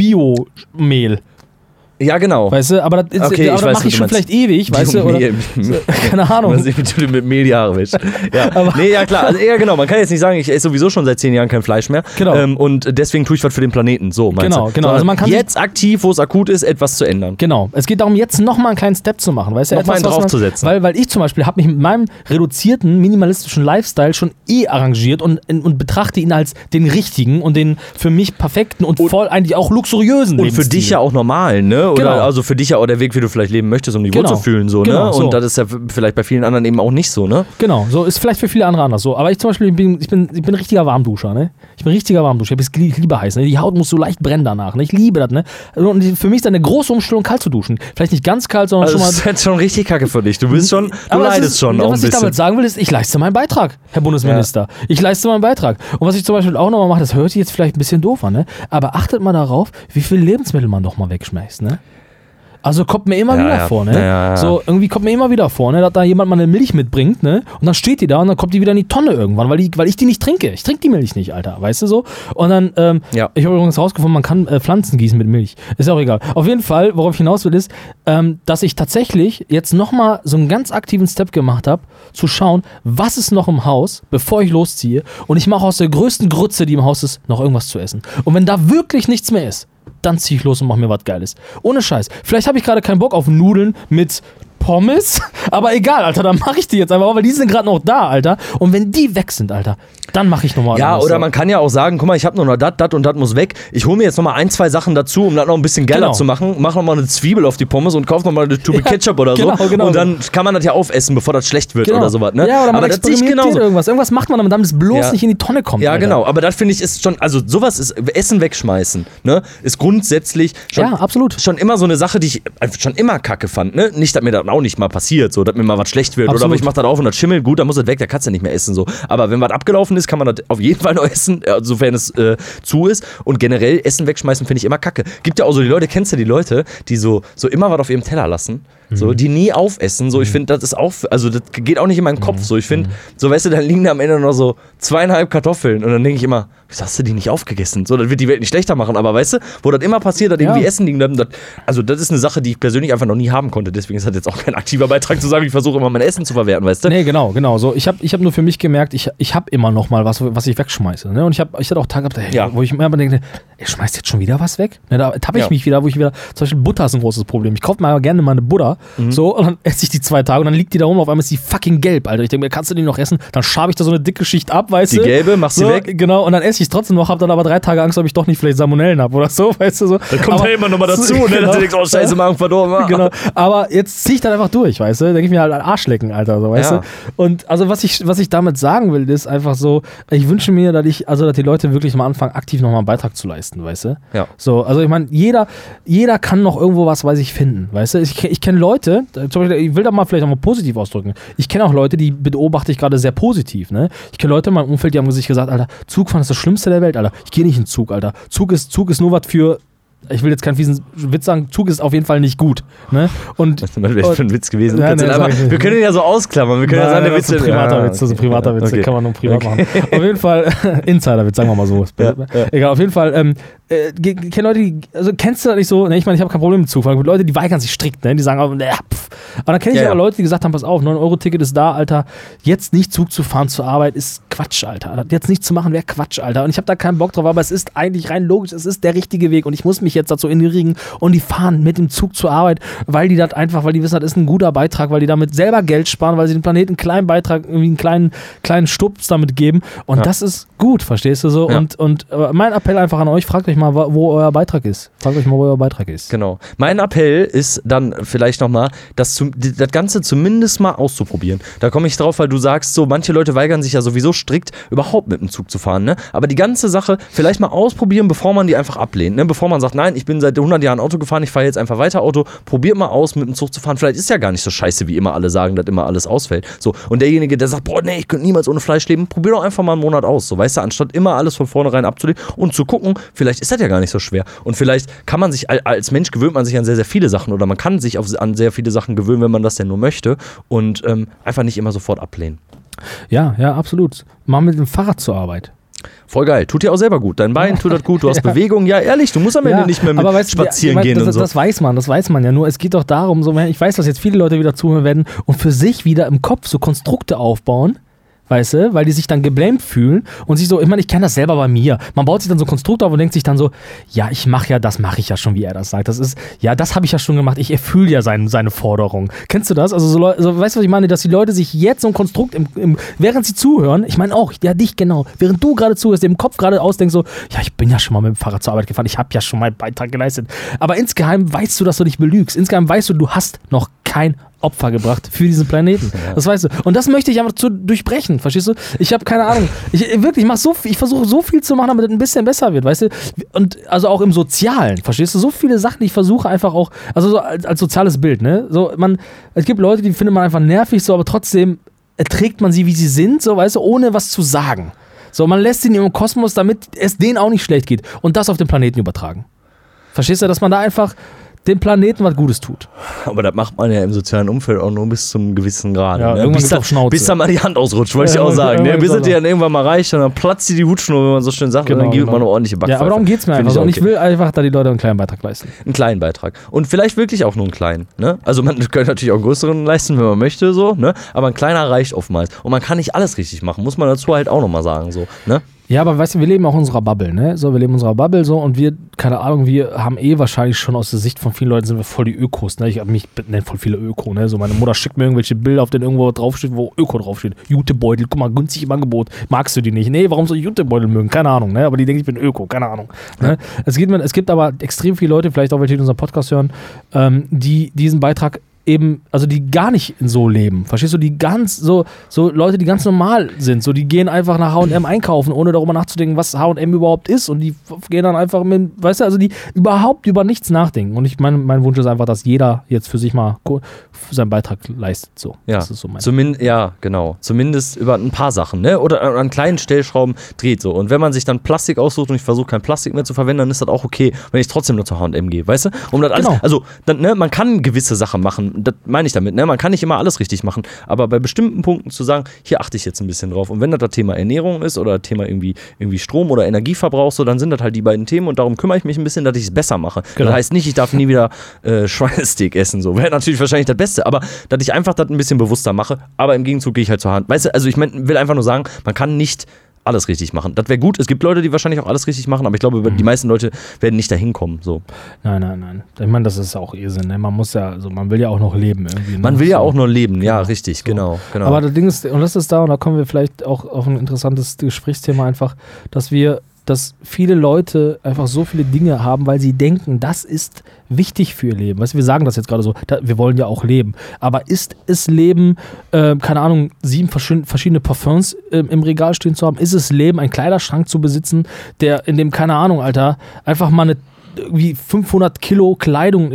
Speaker 2: Biomehl.
Speaker 3: Ja, genau.
Speaker 2: Weißt du, aber das,
Speaker 3: okay,
Speaker 2: aber das mache ich schon vielleicht ewig, weißt du, oder? Keine Ahnung.
Speaker 3: Was ich mit Mehl die Haare wäsche. Ja.
Speaker 2: Aber
Speaker 3: nee, ja klar, also, ja genau, man kann jetzt nicht sagen, ich esse sowieso schon seit zehn Jahren kein Fleisch mehr.
Speaker 2: Genau.
Speaker 3: Ähm, und deswegen tue ich was für den Planeten, so meinst
Speaker 2: genau,
Speaker 3: du?
Speaker 2: Genau,
Speaker 3: also man
Speaker 2: kann
Speaker 3: jetzt aktiv, wo es akut ist, etwas zu ändern.
Speaker 2: Genau, es geht darum, jetzt nochmal einen kleinen Step zu machen, weißt du?
Speaker 3: Nochmal einen draufzusetzen.
Speaker 2: Weil, weil ich zum Beispiel habe mich mit meinem reduzierten, minimalistischen Lifestyle schon eh arrangiert und, und betrachte ihn als den richtigen und den für mich perfekten und, und voll eigentlich auch luxuriösen
Speaker 3: Und für dich ja auch normal, ne? Oder
Speaker 2: genau.
Speaker 3: also für dich ja auch der Weg, wie du vielleicht leben möchtest, um dich
Speaker 2: genau.
Speaker 3: wohl zu fühlen, so,
Speaker 2: genau,
Speaker 3: ne?
Speaker 2: so.
Speaker 3: Und das ist ja vielleicht bei vielen anderen eben auch nicht so, ne?
Speaker 2: Genau, so ist vielleicht für viele andere anders so. Aber ich zum Beispiel, ich bin, ich bin, ich bin ein richtiger Warmduscher, ne? Ich bin ein richtiger Warmduscher. Ich liebe heiß, ne? Die Haut muss so leicht brennen danach, ne? Ich liebe das, ne? Und für mich ist das eine große Umstellung, kalt zu duschen. Vielleicht nicht ganz kalt, sondern
Speaker 3: also
Speaker 2: schon mal.
Speaker 3: Das ist jetzt schon richtig kacke für dich. Du bist schon, du
Speaker 2: aber
Speaker 3: leidest
Speaker 2: ist,
Speaker 3: schon
Speaker 2: ja,
Speaker 3: auch ein
Speaker 2: was
Speaker 3: bisschen.
Speaker 2: ich damit sagen will, ist, ich leiste meinen Beitrag, Herr Bundesminister. Ja. Ich leiste meinen Beitrag. Und was ich zum Beispiel auch nochmal mache, das hört sich jetzt vielleicht ein bisschen doof an, ne? Aber achtet mal darauf, wie viel Lebensmittel man doch mal wegschmeißt, ne? Also kommt mir immer
Speaker 3: ja,
Speaker 2: wieder
Speaker 3: ja.
Speaker 2: vor, ne?
Speaker 3: Ja, ja, ja.
Speaker 2: So, irgendwie kommt mir immer wieder vor, ne? Dass da jemand mal eine Milch mitbringt, ne? Und dann steht die da und dann kommt die wieder in die Tonne irgendwann, weil, die, weil ich die nicht trinke. Ich trinke die Milch nicht, Alter, weißt du so? Und dann, ähm,
Speaker 3: ja.
Speaker 2: ich habe übrigens rausgefunden, man kann äh, Pflanzen gießen mit Milch. Ist auch egal. Auf jeden Fall, worauf ich hinaus will, ist, ähm, dass ich tatsächlich jetzt nochmal so einen ganz aktiven Step gemacht habe, zu schauen, was ist noch im Haus, bevor ich losziehe. Und ich mache aus der größten Grütze, die im Haus ist, noch irgendwas zu essen. Und wenn da wirklich nichts mehr ist, dann zieh ich los und mach mir was Geiles. Ohne Scheiß. Vielleicht habe ich gerade keinen Bock auf Nudeln mit Pommes, aber egal, Alter, dann mache ich die jetzt einfach, weil die sind gerade noch da, Alter. Und wenn die weg sind, Alter, dann mache ich nochmal.
Speaker 3: Ja, oder man kann ja auch sagen, guck mal, ich habe nur noch das, das und das muss weg. Ich hole mir jetzt nochmal ein, zwei Sachen dazu, um das noch ein bisschen geiler
Speaker 2: genau.
Speaker 3: zu machen. Mach nochmal eine Zwiebel auf die Pommes und kauf nochmal eine Tube ja, Ketchup oder so.
Speaker 2: Genau, genau.
Speaker 3: Und dann kann man das ja aufessen, bevor das schlecht wird
Speaker 2: genau.
Speaker 3: oder sowas. Ne?
Speaker 2: Ja, oder man
Speaker 3: aber das sehe ich
Speaker 2: experimentiert
Speaker 3: genauso.
Speaker 2: irgendwas. Irgendwas macht man, damit es bloß
Speaker 3: ja.
Speaker 2: nicht in die Tonne kommt.
Speaker 3: Ja,
Speaker 2: Alter.
Speaker 3: genau. Aber das finde ich ist schon, also sowas ist, Essen wegschmeißen, ne, ist grundsätzlich schon,
Speaker 2: ja, absolut.
Speaker 3: schon immer so eine Sache, die ich schon immer kacke fand. Ne? Nicht, dass mir das auch nicht mal passiert, so, dass mir mal was schlecht wird. Absolut. Oder aber ich mach das auf und das schimmelt, gut, dann muss es weg, da kannst du nicht mehr essen. So. Aber wenn was abgelaufen ist, kann man das auf jeden Fall noch essen, sofern es äh, zu ist. Und generell Essen wegschmeißen finde ich immer kacke. Gibt ja auch so die Leute, kennst du die Leute, die so, so immer was auf ihrem Teller lassen? So, die nie aufessen. So, ich finde, das ist auch, also das geht auch nicht in meinen Kopf. So, ich finde, so, weißt du, dann liegen da am Ende noch so zweieinhalb Kartoffeln und dann denke ich immer, wieso hast du die nicht aufgegessen? So, das wird die Welt nicht schlechter machen, aber weißt du, wo das immer passiert, dass irgendwie ja. Essen liegen bleibt, das, also das ist eine Sache, die ich persönlich einfach noch nie haben konnte. Deswegen ist das jetzt auch kein aktiver Beitrag zu sagen, ich versuche immer mein Essen zu verwerten, weißt du?
Speaker 2: Nee, genau, genau. So, ich habe ich hab nur für mich gemerkt, ich, ich habe immer noch mal was, was ich wegschmeiße. Ne? Und ich, hab, ich hatte auch Tage gehabt, hey, ja. wo ich mir immer denke, ey, schmeißt jetzt schon wieder was weg? Ne, da tappe ich ja. mich wieder, wo ich wieder, zum Beispiel Butter ist ein großes Problem. Ich kaufe mal gerne meine Butter, mhm. so, und dann esse ich die zwei Tage und dann liegt die da rum, auf einmal ist die fucking gelb, Alter. Ich denke mir, kannst du die noch essen? Dann schabe ich da so eine dicke Schicht ab, weißt
Speaker 3: die
Speaker 2: du?
Speaker 3: Die gelbe, machst
Speaker 2: so,
Speaker 3: sie weg.
Speaker 2: Genau, und dann esse ich es trotzdem noch, hab dann aber drei Tage Angst, ob ich doch nicht vielleicht Salmonellen habe oder so, weißt du so.
Speaker 3: Da kommt aber, ja immer nochmal dazu, ne? Genau. Dass du denkst, oh scheiße, Magen verdorben.
Speaker 2: Genau, aber jetzt zieh ich dann einfach durch, weißt du? Denke ich mir halt, Arschlecken, Alter, so, weißt
Speaker 3: ja.
Speaker 2: du? Und also was ich, was ich damit sagen will, ist einfach so, ich wünsche mir, dass ich, also dass die Leute wirklich mal anfangen, aktiv nochmal einen Beitrag zu leisten, weißt du?
Speaker 3: Ja.
Speaker 2: So, also ich meine, jeder, jeder kann noch irgendwo was bei sich finden, weißt du? Ich, ich kenne Leute, zum Beispiel, ich will da mal vielleicht auch mal positiv ausdrücken, ich kenne auch Leute, die beobachte ich gerade sehr positiv, ne? Ich kenne Leute in meinem Umfeld, die haben sich gesagt, Alter, Zugfahren ist das Schlimmste der Welt, Alter. Ich gehe nicht in Zug, Alter. Zug ist, Zug ist nur was für... Ich will jetzt keinen fiesen Witz sagen, Zug ist auf jeden Fall nicht gut. Ne? Und,
Speaker 3: was wäre für ein Witz gewesen?
Speaker 2: Ja, nee,
Speaker 3: aber, wir können ihn ja so ausklammern. Wir können
Speaker 2: Nein,
Speaker 3: ja sagen, der
Speaker 2: Witz
Speaker 3: Witz
Speaker 2: ist ein privater
Speaker 3: ja,
Speaker 2: Witz. Das ist ein privater Witz,
Speaker 3: okay.
Speaker 2: den kann man nur privat
Speaker 3: okay.
Speaker 2: machen. Auf jeden Fall, Insider-Witz, sagen wir mal so.
Speaker 3: Ja, ja.
Speaker 2: Egal, auf jeden Fall, ähm, äh, kenn Leute, die, also kennst du das nicht so, ne, ich meine, ich habe kein Problem mit Zugfahren, Leute, die weigern sich strikt, ne, die sagen, oh, äh, pff. Aber dann kenne ich
Speaker 3: ja,
Speaker 2: aber
Speaker 3: ja.
Speaker 2: Leute, die gesagt haben, pass auf, neun Euro Ticket ist da, Alter, jetzt nicht Zug zu fahren zur Arbeit ist Quatsch, Alter. Jetzt nicht zu machen wäre Quatsch, Alter. Und ich habe da keinen Bock drauf, aber es ist eigentlich rein logisch, es ist der richtige Weg und ich muss mich jetzt dazu integrieren und die fahren mit dem Zug zur Arbeit, weil die das einfach, weil die wissen, das ist ein guter Beitrag, weil die damit selber Geld sparen, weil sie dem Planeten einen kleinen Beitrag, irgendwie einen kleinen, kleinen Stups damit geben und ja. das ist gut, verstehst du so? Ja. Und, und mein Appell einfach an euch, fragt euch mal, wo euer Beitrag ist. Fragt euch mal, wo euer Beitrag ist.
Speaker 3: Genau. Mein Appell ist dann vielleicht nochmal, das, zum, das Ganze zumindest mal auszuprobieren. Da komme ich drauf, weil du sagst, so manche Leute weigern sich ja sowieso strikt, überhaupt mit dem Zug zu fahren, ne? Aber die ganze Sache vielleicht mal ausprobieren, bevor man die einfach ablehnt, ne? Bevor man sagt, nein, ich bin seit hundert Jahren Auto gefahren, ich fahre jetzt einfach weiter Auto, probiert mal aus, mit dem Zug zu fahren. Vielleicht ist ja gar nicht so scheiße, wie immer alle sagen, dass immer alles ausfällt. So, und derjenige, der sagt, boah, nee, ich könnte niemals ohne Fleisch leben, probier doch einfach mal einen Monat aus. So, weißt du, anstatt immer alles von vornherein abzulehnen und zu gucken, vielleicht ist das ja gar nicht so schwer. Und vielleicht kann man sich, als Mensch gewöhnt man sich an sehr, sehr viele Sachen oder man kann sich auf, an sehr viele Sachen gewöhnen, wenn man das denn nur möchte und ähm, einfach nicht immer sofort ablehnen.
Speaker 2: Ja, ja, absolut. Mal mit dem Fahrrad zur Arbeit.
Speaker 3: Voll geil. Tut dir auch selber gut. Dein Bein tut das gut, du hast ja. Bewegung. Ja, ehrlich, du musst am Ende ja, nicht mehr mit
Speaker 2: weißt,
Speaker 3: spazieren
Speaker 2: ja,
Speaker 3: gehen
Speaker 2: das,
Speaker 3: und so.
Speaker 2: Das weiß man, das weiß man ja. Nur es geht doch darum, so, ich weiß, dass jetzt viele Leute wieder zuhören werden und für sich wieder im Kopf so Konstrukte aufbauen, weißt du, weil die sich dann geblamed fühlen und sich so, ich meine, ich kenne das selber bei mir. Man baut sich dann so ein Konstrukt auf und denkt sich dann so, ja, ich mache ja, das mache ich ja schon, wie er das sagt. Das ist, ja, das habe ich ja schon gemacht. Ich erfülle ja sein, seine Forderung. Kennst du das? Also, so, so, weißt du, was ich meine? Dass die Leute sich jetzt so ein Konstrukt, im, im, während sie zuhören, ich meine auch, ja, dich genau, während du gerade zuhörst, im Kopf gerade ausdenkst, so, ja, ich bin ja schon mal mit dem Fahrrad zur Arbeit gefahren, ich habe ja schon meinen Beitrag geleistet. Aber insgeheim weißt du, dass du dich belügst. Insgeheim weißt du, du hast noch kein Opfer gebracht für diesen Planeten. Ja. Das weißt du. Und das möchte ich einfach zu durchbrechen, verstehst du? Ich habe keine Ahnung. Ich wirklich, ich mach so, ich versuche so viel zu machen, damit es ein bisschen besser wird, weißt du? Und also auch im Sozialen, verstehst du? So viele Sachen, die ich versuche einfach auch, also so als, als soziales Bild, ne? So, man, es gibt Leute, die findet man einfach nervig, so, aber trotzdem erträgt man sie, wie sie sind, so, weißt du, ohne was zu sagen. So, man lässt sie in ihrem Kosmos, damit es denen auch nicht schlecht geht und das auf den Planeten übertragen. Verstehst du, dass man da einfach dem Planeten was Gutes tut.
Speaker 3: Aber das macht man ja im sozialen Umfeld auch nur bis zum gewissen Grad.
Speaker 2: Ja,
Speaker 3: ne? Bis, da, bis da mal die Hand ausrutscht, wollte ja, ich auch sagen. Ne? Bis es dir dann irgendwann mal reicht, dann platzt dir die Hutschnur, wenn man so schön sagt, genau, und dann gibt genau. man eine ordentliche Backpfeife.
Speaker 2: Ja, aber darum geht es mir einfach. Ich und ich will einfach, da die Leute einen kleinen Beitrag leisten.
Speaker 3: Einen kleinen Beitrag. Und vielleicht wirklich auch nur einen kleinen. Ne? Also man könnte natürlich auch einen größeren leisten, wenn man möchte, so, ne? Aber ein kleiner reicht oftmals. Und man kann nicht alles richtig machen, muss man dazu halt auch nochmal sagen. So, ne?
Speaker 2: Ja, aber weißt du, wir leben auch in unserer Bubble, ne? So, wir leben in unserer Bubble so und wir, keine Ahnung, wir haben eh wahrscheinlich schon aus der Sicht von vielen Leuten sind wir voll die Ökos, ne? Ich hab mich nenne voll viele Öko, ne? So, meine Mutter schickt mir irgendwelche Bilder, auf denen irgendwo draufsteht, wo Öko draufsteht. Jutebeutel, guck mal, günstig im Angebot. Magst du die nicht? Nee, warum soll ich Jutebeutel mögen? Keine Ahnung, ne? Aber die denken, ich bin Öko, keine Ahnung. Ne? Ja. Es, gibt, es gibt aber extrem viele Leute, vielleicht auch welche, die unseren Podcast hören, ähm, die diesen Beitrag eben, also die gar nicht so leben, verstehst du, die ganz, so, so Leute, die ganz normal sind, so, die gehen einfach nach H und M einkaufen, ohne darüber nachzudenken, was H und M überhaupt ist und die gehen dann einfach mit, weißt du, also die überhaupt über nichts nachdenken und ich meine, mein Wunsch ist einfach, dass jeder jetzt für sich mal seinen Beitrag leistet, so.
Speaker 3: Ja,
Speaker 2: das ist so mein
Speaker 3: Zumin- ja, genau, zumindest über ein paar Sachen, ne, oder an kleinen Stellschrauben dreht, so, und wenn man sich dann Plastik aussucht und ich versuche kein Plastik mehr zu verwenden, dann ist das auch okay, wenn ich trotzdem nur zu H und M gehe, weißt du, um das alles,
Speaker 2: genau.
Speaker 3: also, dann, ne, man kann gewisse Sachen machen, das meine ich damit, ne? Man kann nicht immer alles richtig machen, aber bei bestimmten Punkten zu sagen, hier achte ich jetzt ein bisschen drauf und wenn das das Thema Ernährung ist oder Thema irgendwie, irgendwie Strom oder Energieverbrauch, so, dann sind das halt die beiden Themen und darum kümmere ich mich ein bisschen, dass ich es besser mache. Genau. Das heißt nicht, ich darf nie wieder äh, Schweinesteak essen, so, wäre natürlich wahrscheinlich das Beste, aber dass ich einfach das ein bisschen bewusster mache, aber im Gegenzug gehe ich halt zur Hand. Weißt du, also ich mein, will einfach nur sagen, man kann nicht alles richtig machen. Das wäre gut. Es gibt Leute, die wahrscheinlich auch alles richtig machen, aber ich glaube, mhm. die meisten Leute werden nicht dahin kommen. So.
Speaker 2: Nein, nein, nein. Ich meine, das ist auch Irrsinn. Ne? Man muss ja, also man will ja auch noch leben irgendwie. Ne?
Speaker 3: Man will
Speaker 2: so.
Speaker 3: ja auch nur leben, ja,
Speaker 2: genau.
Speaker 3: richtig,
Speaker 2: so.
Speaker 3: genau, genau.
Speaker 2: Aber das Ding ist, und das ist da, und da kommen wir vielleicht auch auf ein interessantes Gesprächsthema einfach, dass wir dass viele Leute einfach so viele Dinge haben, weil sie denken, das ist wichtig für ihr Leben. Weißt du, wir sagen das jetzt gerade so, da, wir wollen ja auch leben. Aber ist es Leben, äh, keine Ahnung, sieben verschiedene Parfums äh, im Regal stehen zu haben? Ist es Leben, einen Kleiderschrank zu besitzen, der in dem, keine Ahnung, Alter, einfach mal eine irgendwie fünfhundert Kilo Kleidung ist,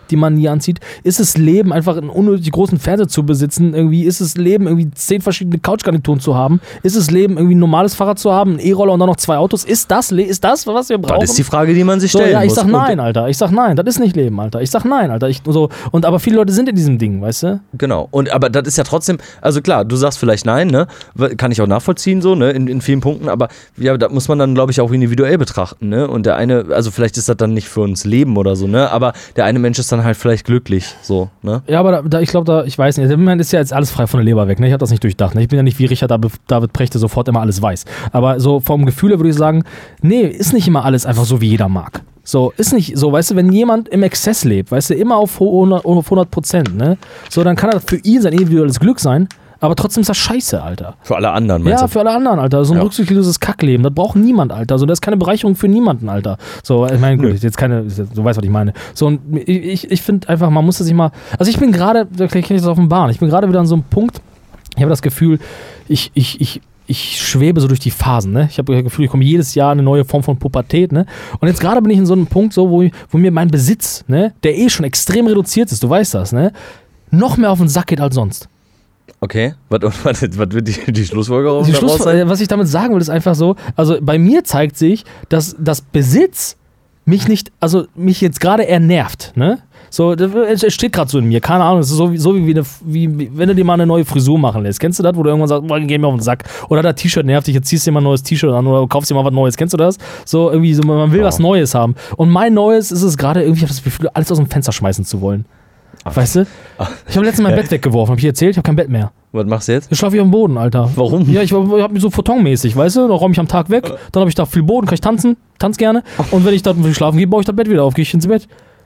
Speaker 2: die man nie anzieht? Ist es Leben, einfach einen unnötig großen Fernseher zu besitzen? Irgendwie ist es Leben, irgendwie zehn verschiedene Couchgarnituren zu haben? Ist es Leben, irgendwie ein normales Fahrrad zu haben, einen E-Roller und dann noch zwei Autos? Ist das, ist das, was wir brauchen?
Speaker 3: Das ist die Frage, die man sich
Speaker 2: so,
Speaker 3: stellen
Speaker 2: ja, ich
Speaker 3: muss.
Speaker 2: sag nein, Alter. Ich sag nein, das ist nicht Leben, Alter. Ich sag nein, Alter. Ich, so, und aber viele Leute sind in diesem Ding, weißt du?
Speaker 3: Genau. Und aber das ist ja trotzdem, also klar, du sagst vielleicht nein, ne? Kann ich auch nachvollziehen, so, ne? In, in vielen Punkten, aber ja, da muss man dann, glaube ich, auch individuell betrachten, ne? Und der eine, also vielleicht ist das dann nicht für uns Leben oder so, ne? Aber der eine Mensch ist dann halt vielleicht glücklich, so, ne?
Speaker 2: Ja, aber da, da, ich glaube, da, ich weiß nicht, der Moment ist ja jetzt alles frei von der Leber weg, ne? Ich habe das nicht durchdacht, ne? Ich bin ja nicht wie Richard David Precht, der sofort immer alles weiß. Aber so vom Gefühl her würde ich sagen, nee, ist nicht immer alles einfach so, wie jeder mag. So, ist nicht so, weißt du, wenn jemand im Exzess lebt, weißt du, immer auf hundert Prozent, ne? So, dann kann das für ihn sein individuelles Glück sein, aber trotzdem ist das scheiße, Alter.
Speaker 3: Für alle anderen, meinst
Speaker 2: Ja,
Speaker 3: du?
Speaker 2: für alle anderen, Alter. So ein
Speaker 3: Ja.
Speaker 2: rücksichtsloses Kackleben, das braucht niemand, Alter. So, das ist keine Bereicherung für niemanden, Alter. So, ich meine, gut, jetzt keine, du weißt, was ich meine. So, und ich, ich finde einfach, man muss das sich mal, also ich bin gerade, vielleicht kann ich das offenbaren, ich bin gerade wieder an so einem Punkt, ich habe das Gefühl, ich, ich, ich, ich schwebe so durch die Phasen, ne? Ich habe das Gefühl, ich komme jedes Jahr in eine neue Form von Pubertät, ne? Und jetzt gerade bin ich in so einem Punkt, so, wo, wo mir mein Besitz, ne, der eh schon extrem reduziert ist, du weißt das, ne, noch mehr auf den Sack geht als sonst.
Speaker 3: Okay, was, was, was wird die, die Schlussfolgerung
Speaker 2: Die
Speaker 3: daraus
Speaker 2: Schlussfol-
Speaker 3: sein?
Speaker 2: was ich damit sagen will, ist einfach so, also bei mir zeigt sich, dass das Besitz mich nicht, also mich jetzt gerade eher nervt, ne? So, es steht gerade so in mir, keine Ahnung, es ist so, wie, so wie, eine, wie, wie wenn du dir mal eine neue Frisur machen lässt. Kennst du das, wo du irgendwann sagst, boah, geh mir auf den Sack. Oder das T-Shirt nervt dich, jetzt ziehst du dir mal ein neues T-Shirt an oder kaufst dir mal was Neues. Kennst du das? So irgendwie, so, man will
Speaker 3: Wow.
Speaker 2: was Neues haben. Und mein Neues ist es gerade irgendwie, ich habe das Gefühl, alles aus dem Fenster schmeißen zu wollen.
Speaker 3: Ach.
Speaker 2: Weißt du? Ich habe letztens mein Bett weggeworfen, habe ich erzählt, ich habe kein Bett mehr.
Speaker 3: Was machst du jetzt?
Speaker 2: Jetzt schlafe ich auf dem Boden, Alter.
Speaker 3: Warum?
Speaker 2: Ja, ich, ich habe mich so photonmäßig, weißt du? Dann räume ich am Tag weg, dann habe ich da viel Boden, kann ich tanzen, tanz gerne. Und wenn ich dann wenn ich schlafen gehe, baue ich das Bett wieder auf, gehe ich ins Bett.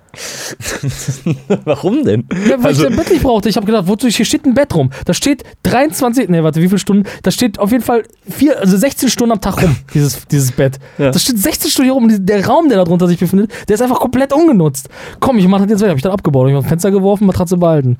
Speaker 3: Warum denn?
Speaker 2: Ja, weil
Speaker 3: Also-
Speaker 2: ich das Bett nicht brauchte. Ich habe gedacht, wozu, hier steht ein Bett rum. Da steht dreiundzwanzig, ne, warte, wie viele Stunden? Da steht auf jeden Fall vier, also sechzehn Stunden am Tag rum, dieses, dieses Bett.
Speaker 3: Ja.
Speaker 2: Das steht sechzehn Stunden hier rum und der Raum, der da drunter sich befindet, der ist einfach komplett ungenutzt. Komm, ich mach das jetzt weg. Hab ich dann abgebaut, hab ich auf Fenster geworfen, Matratze behalten.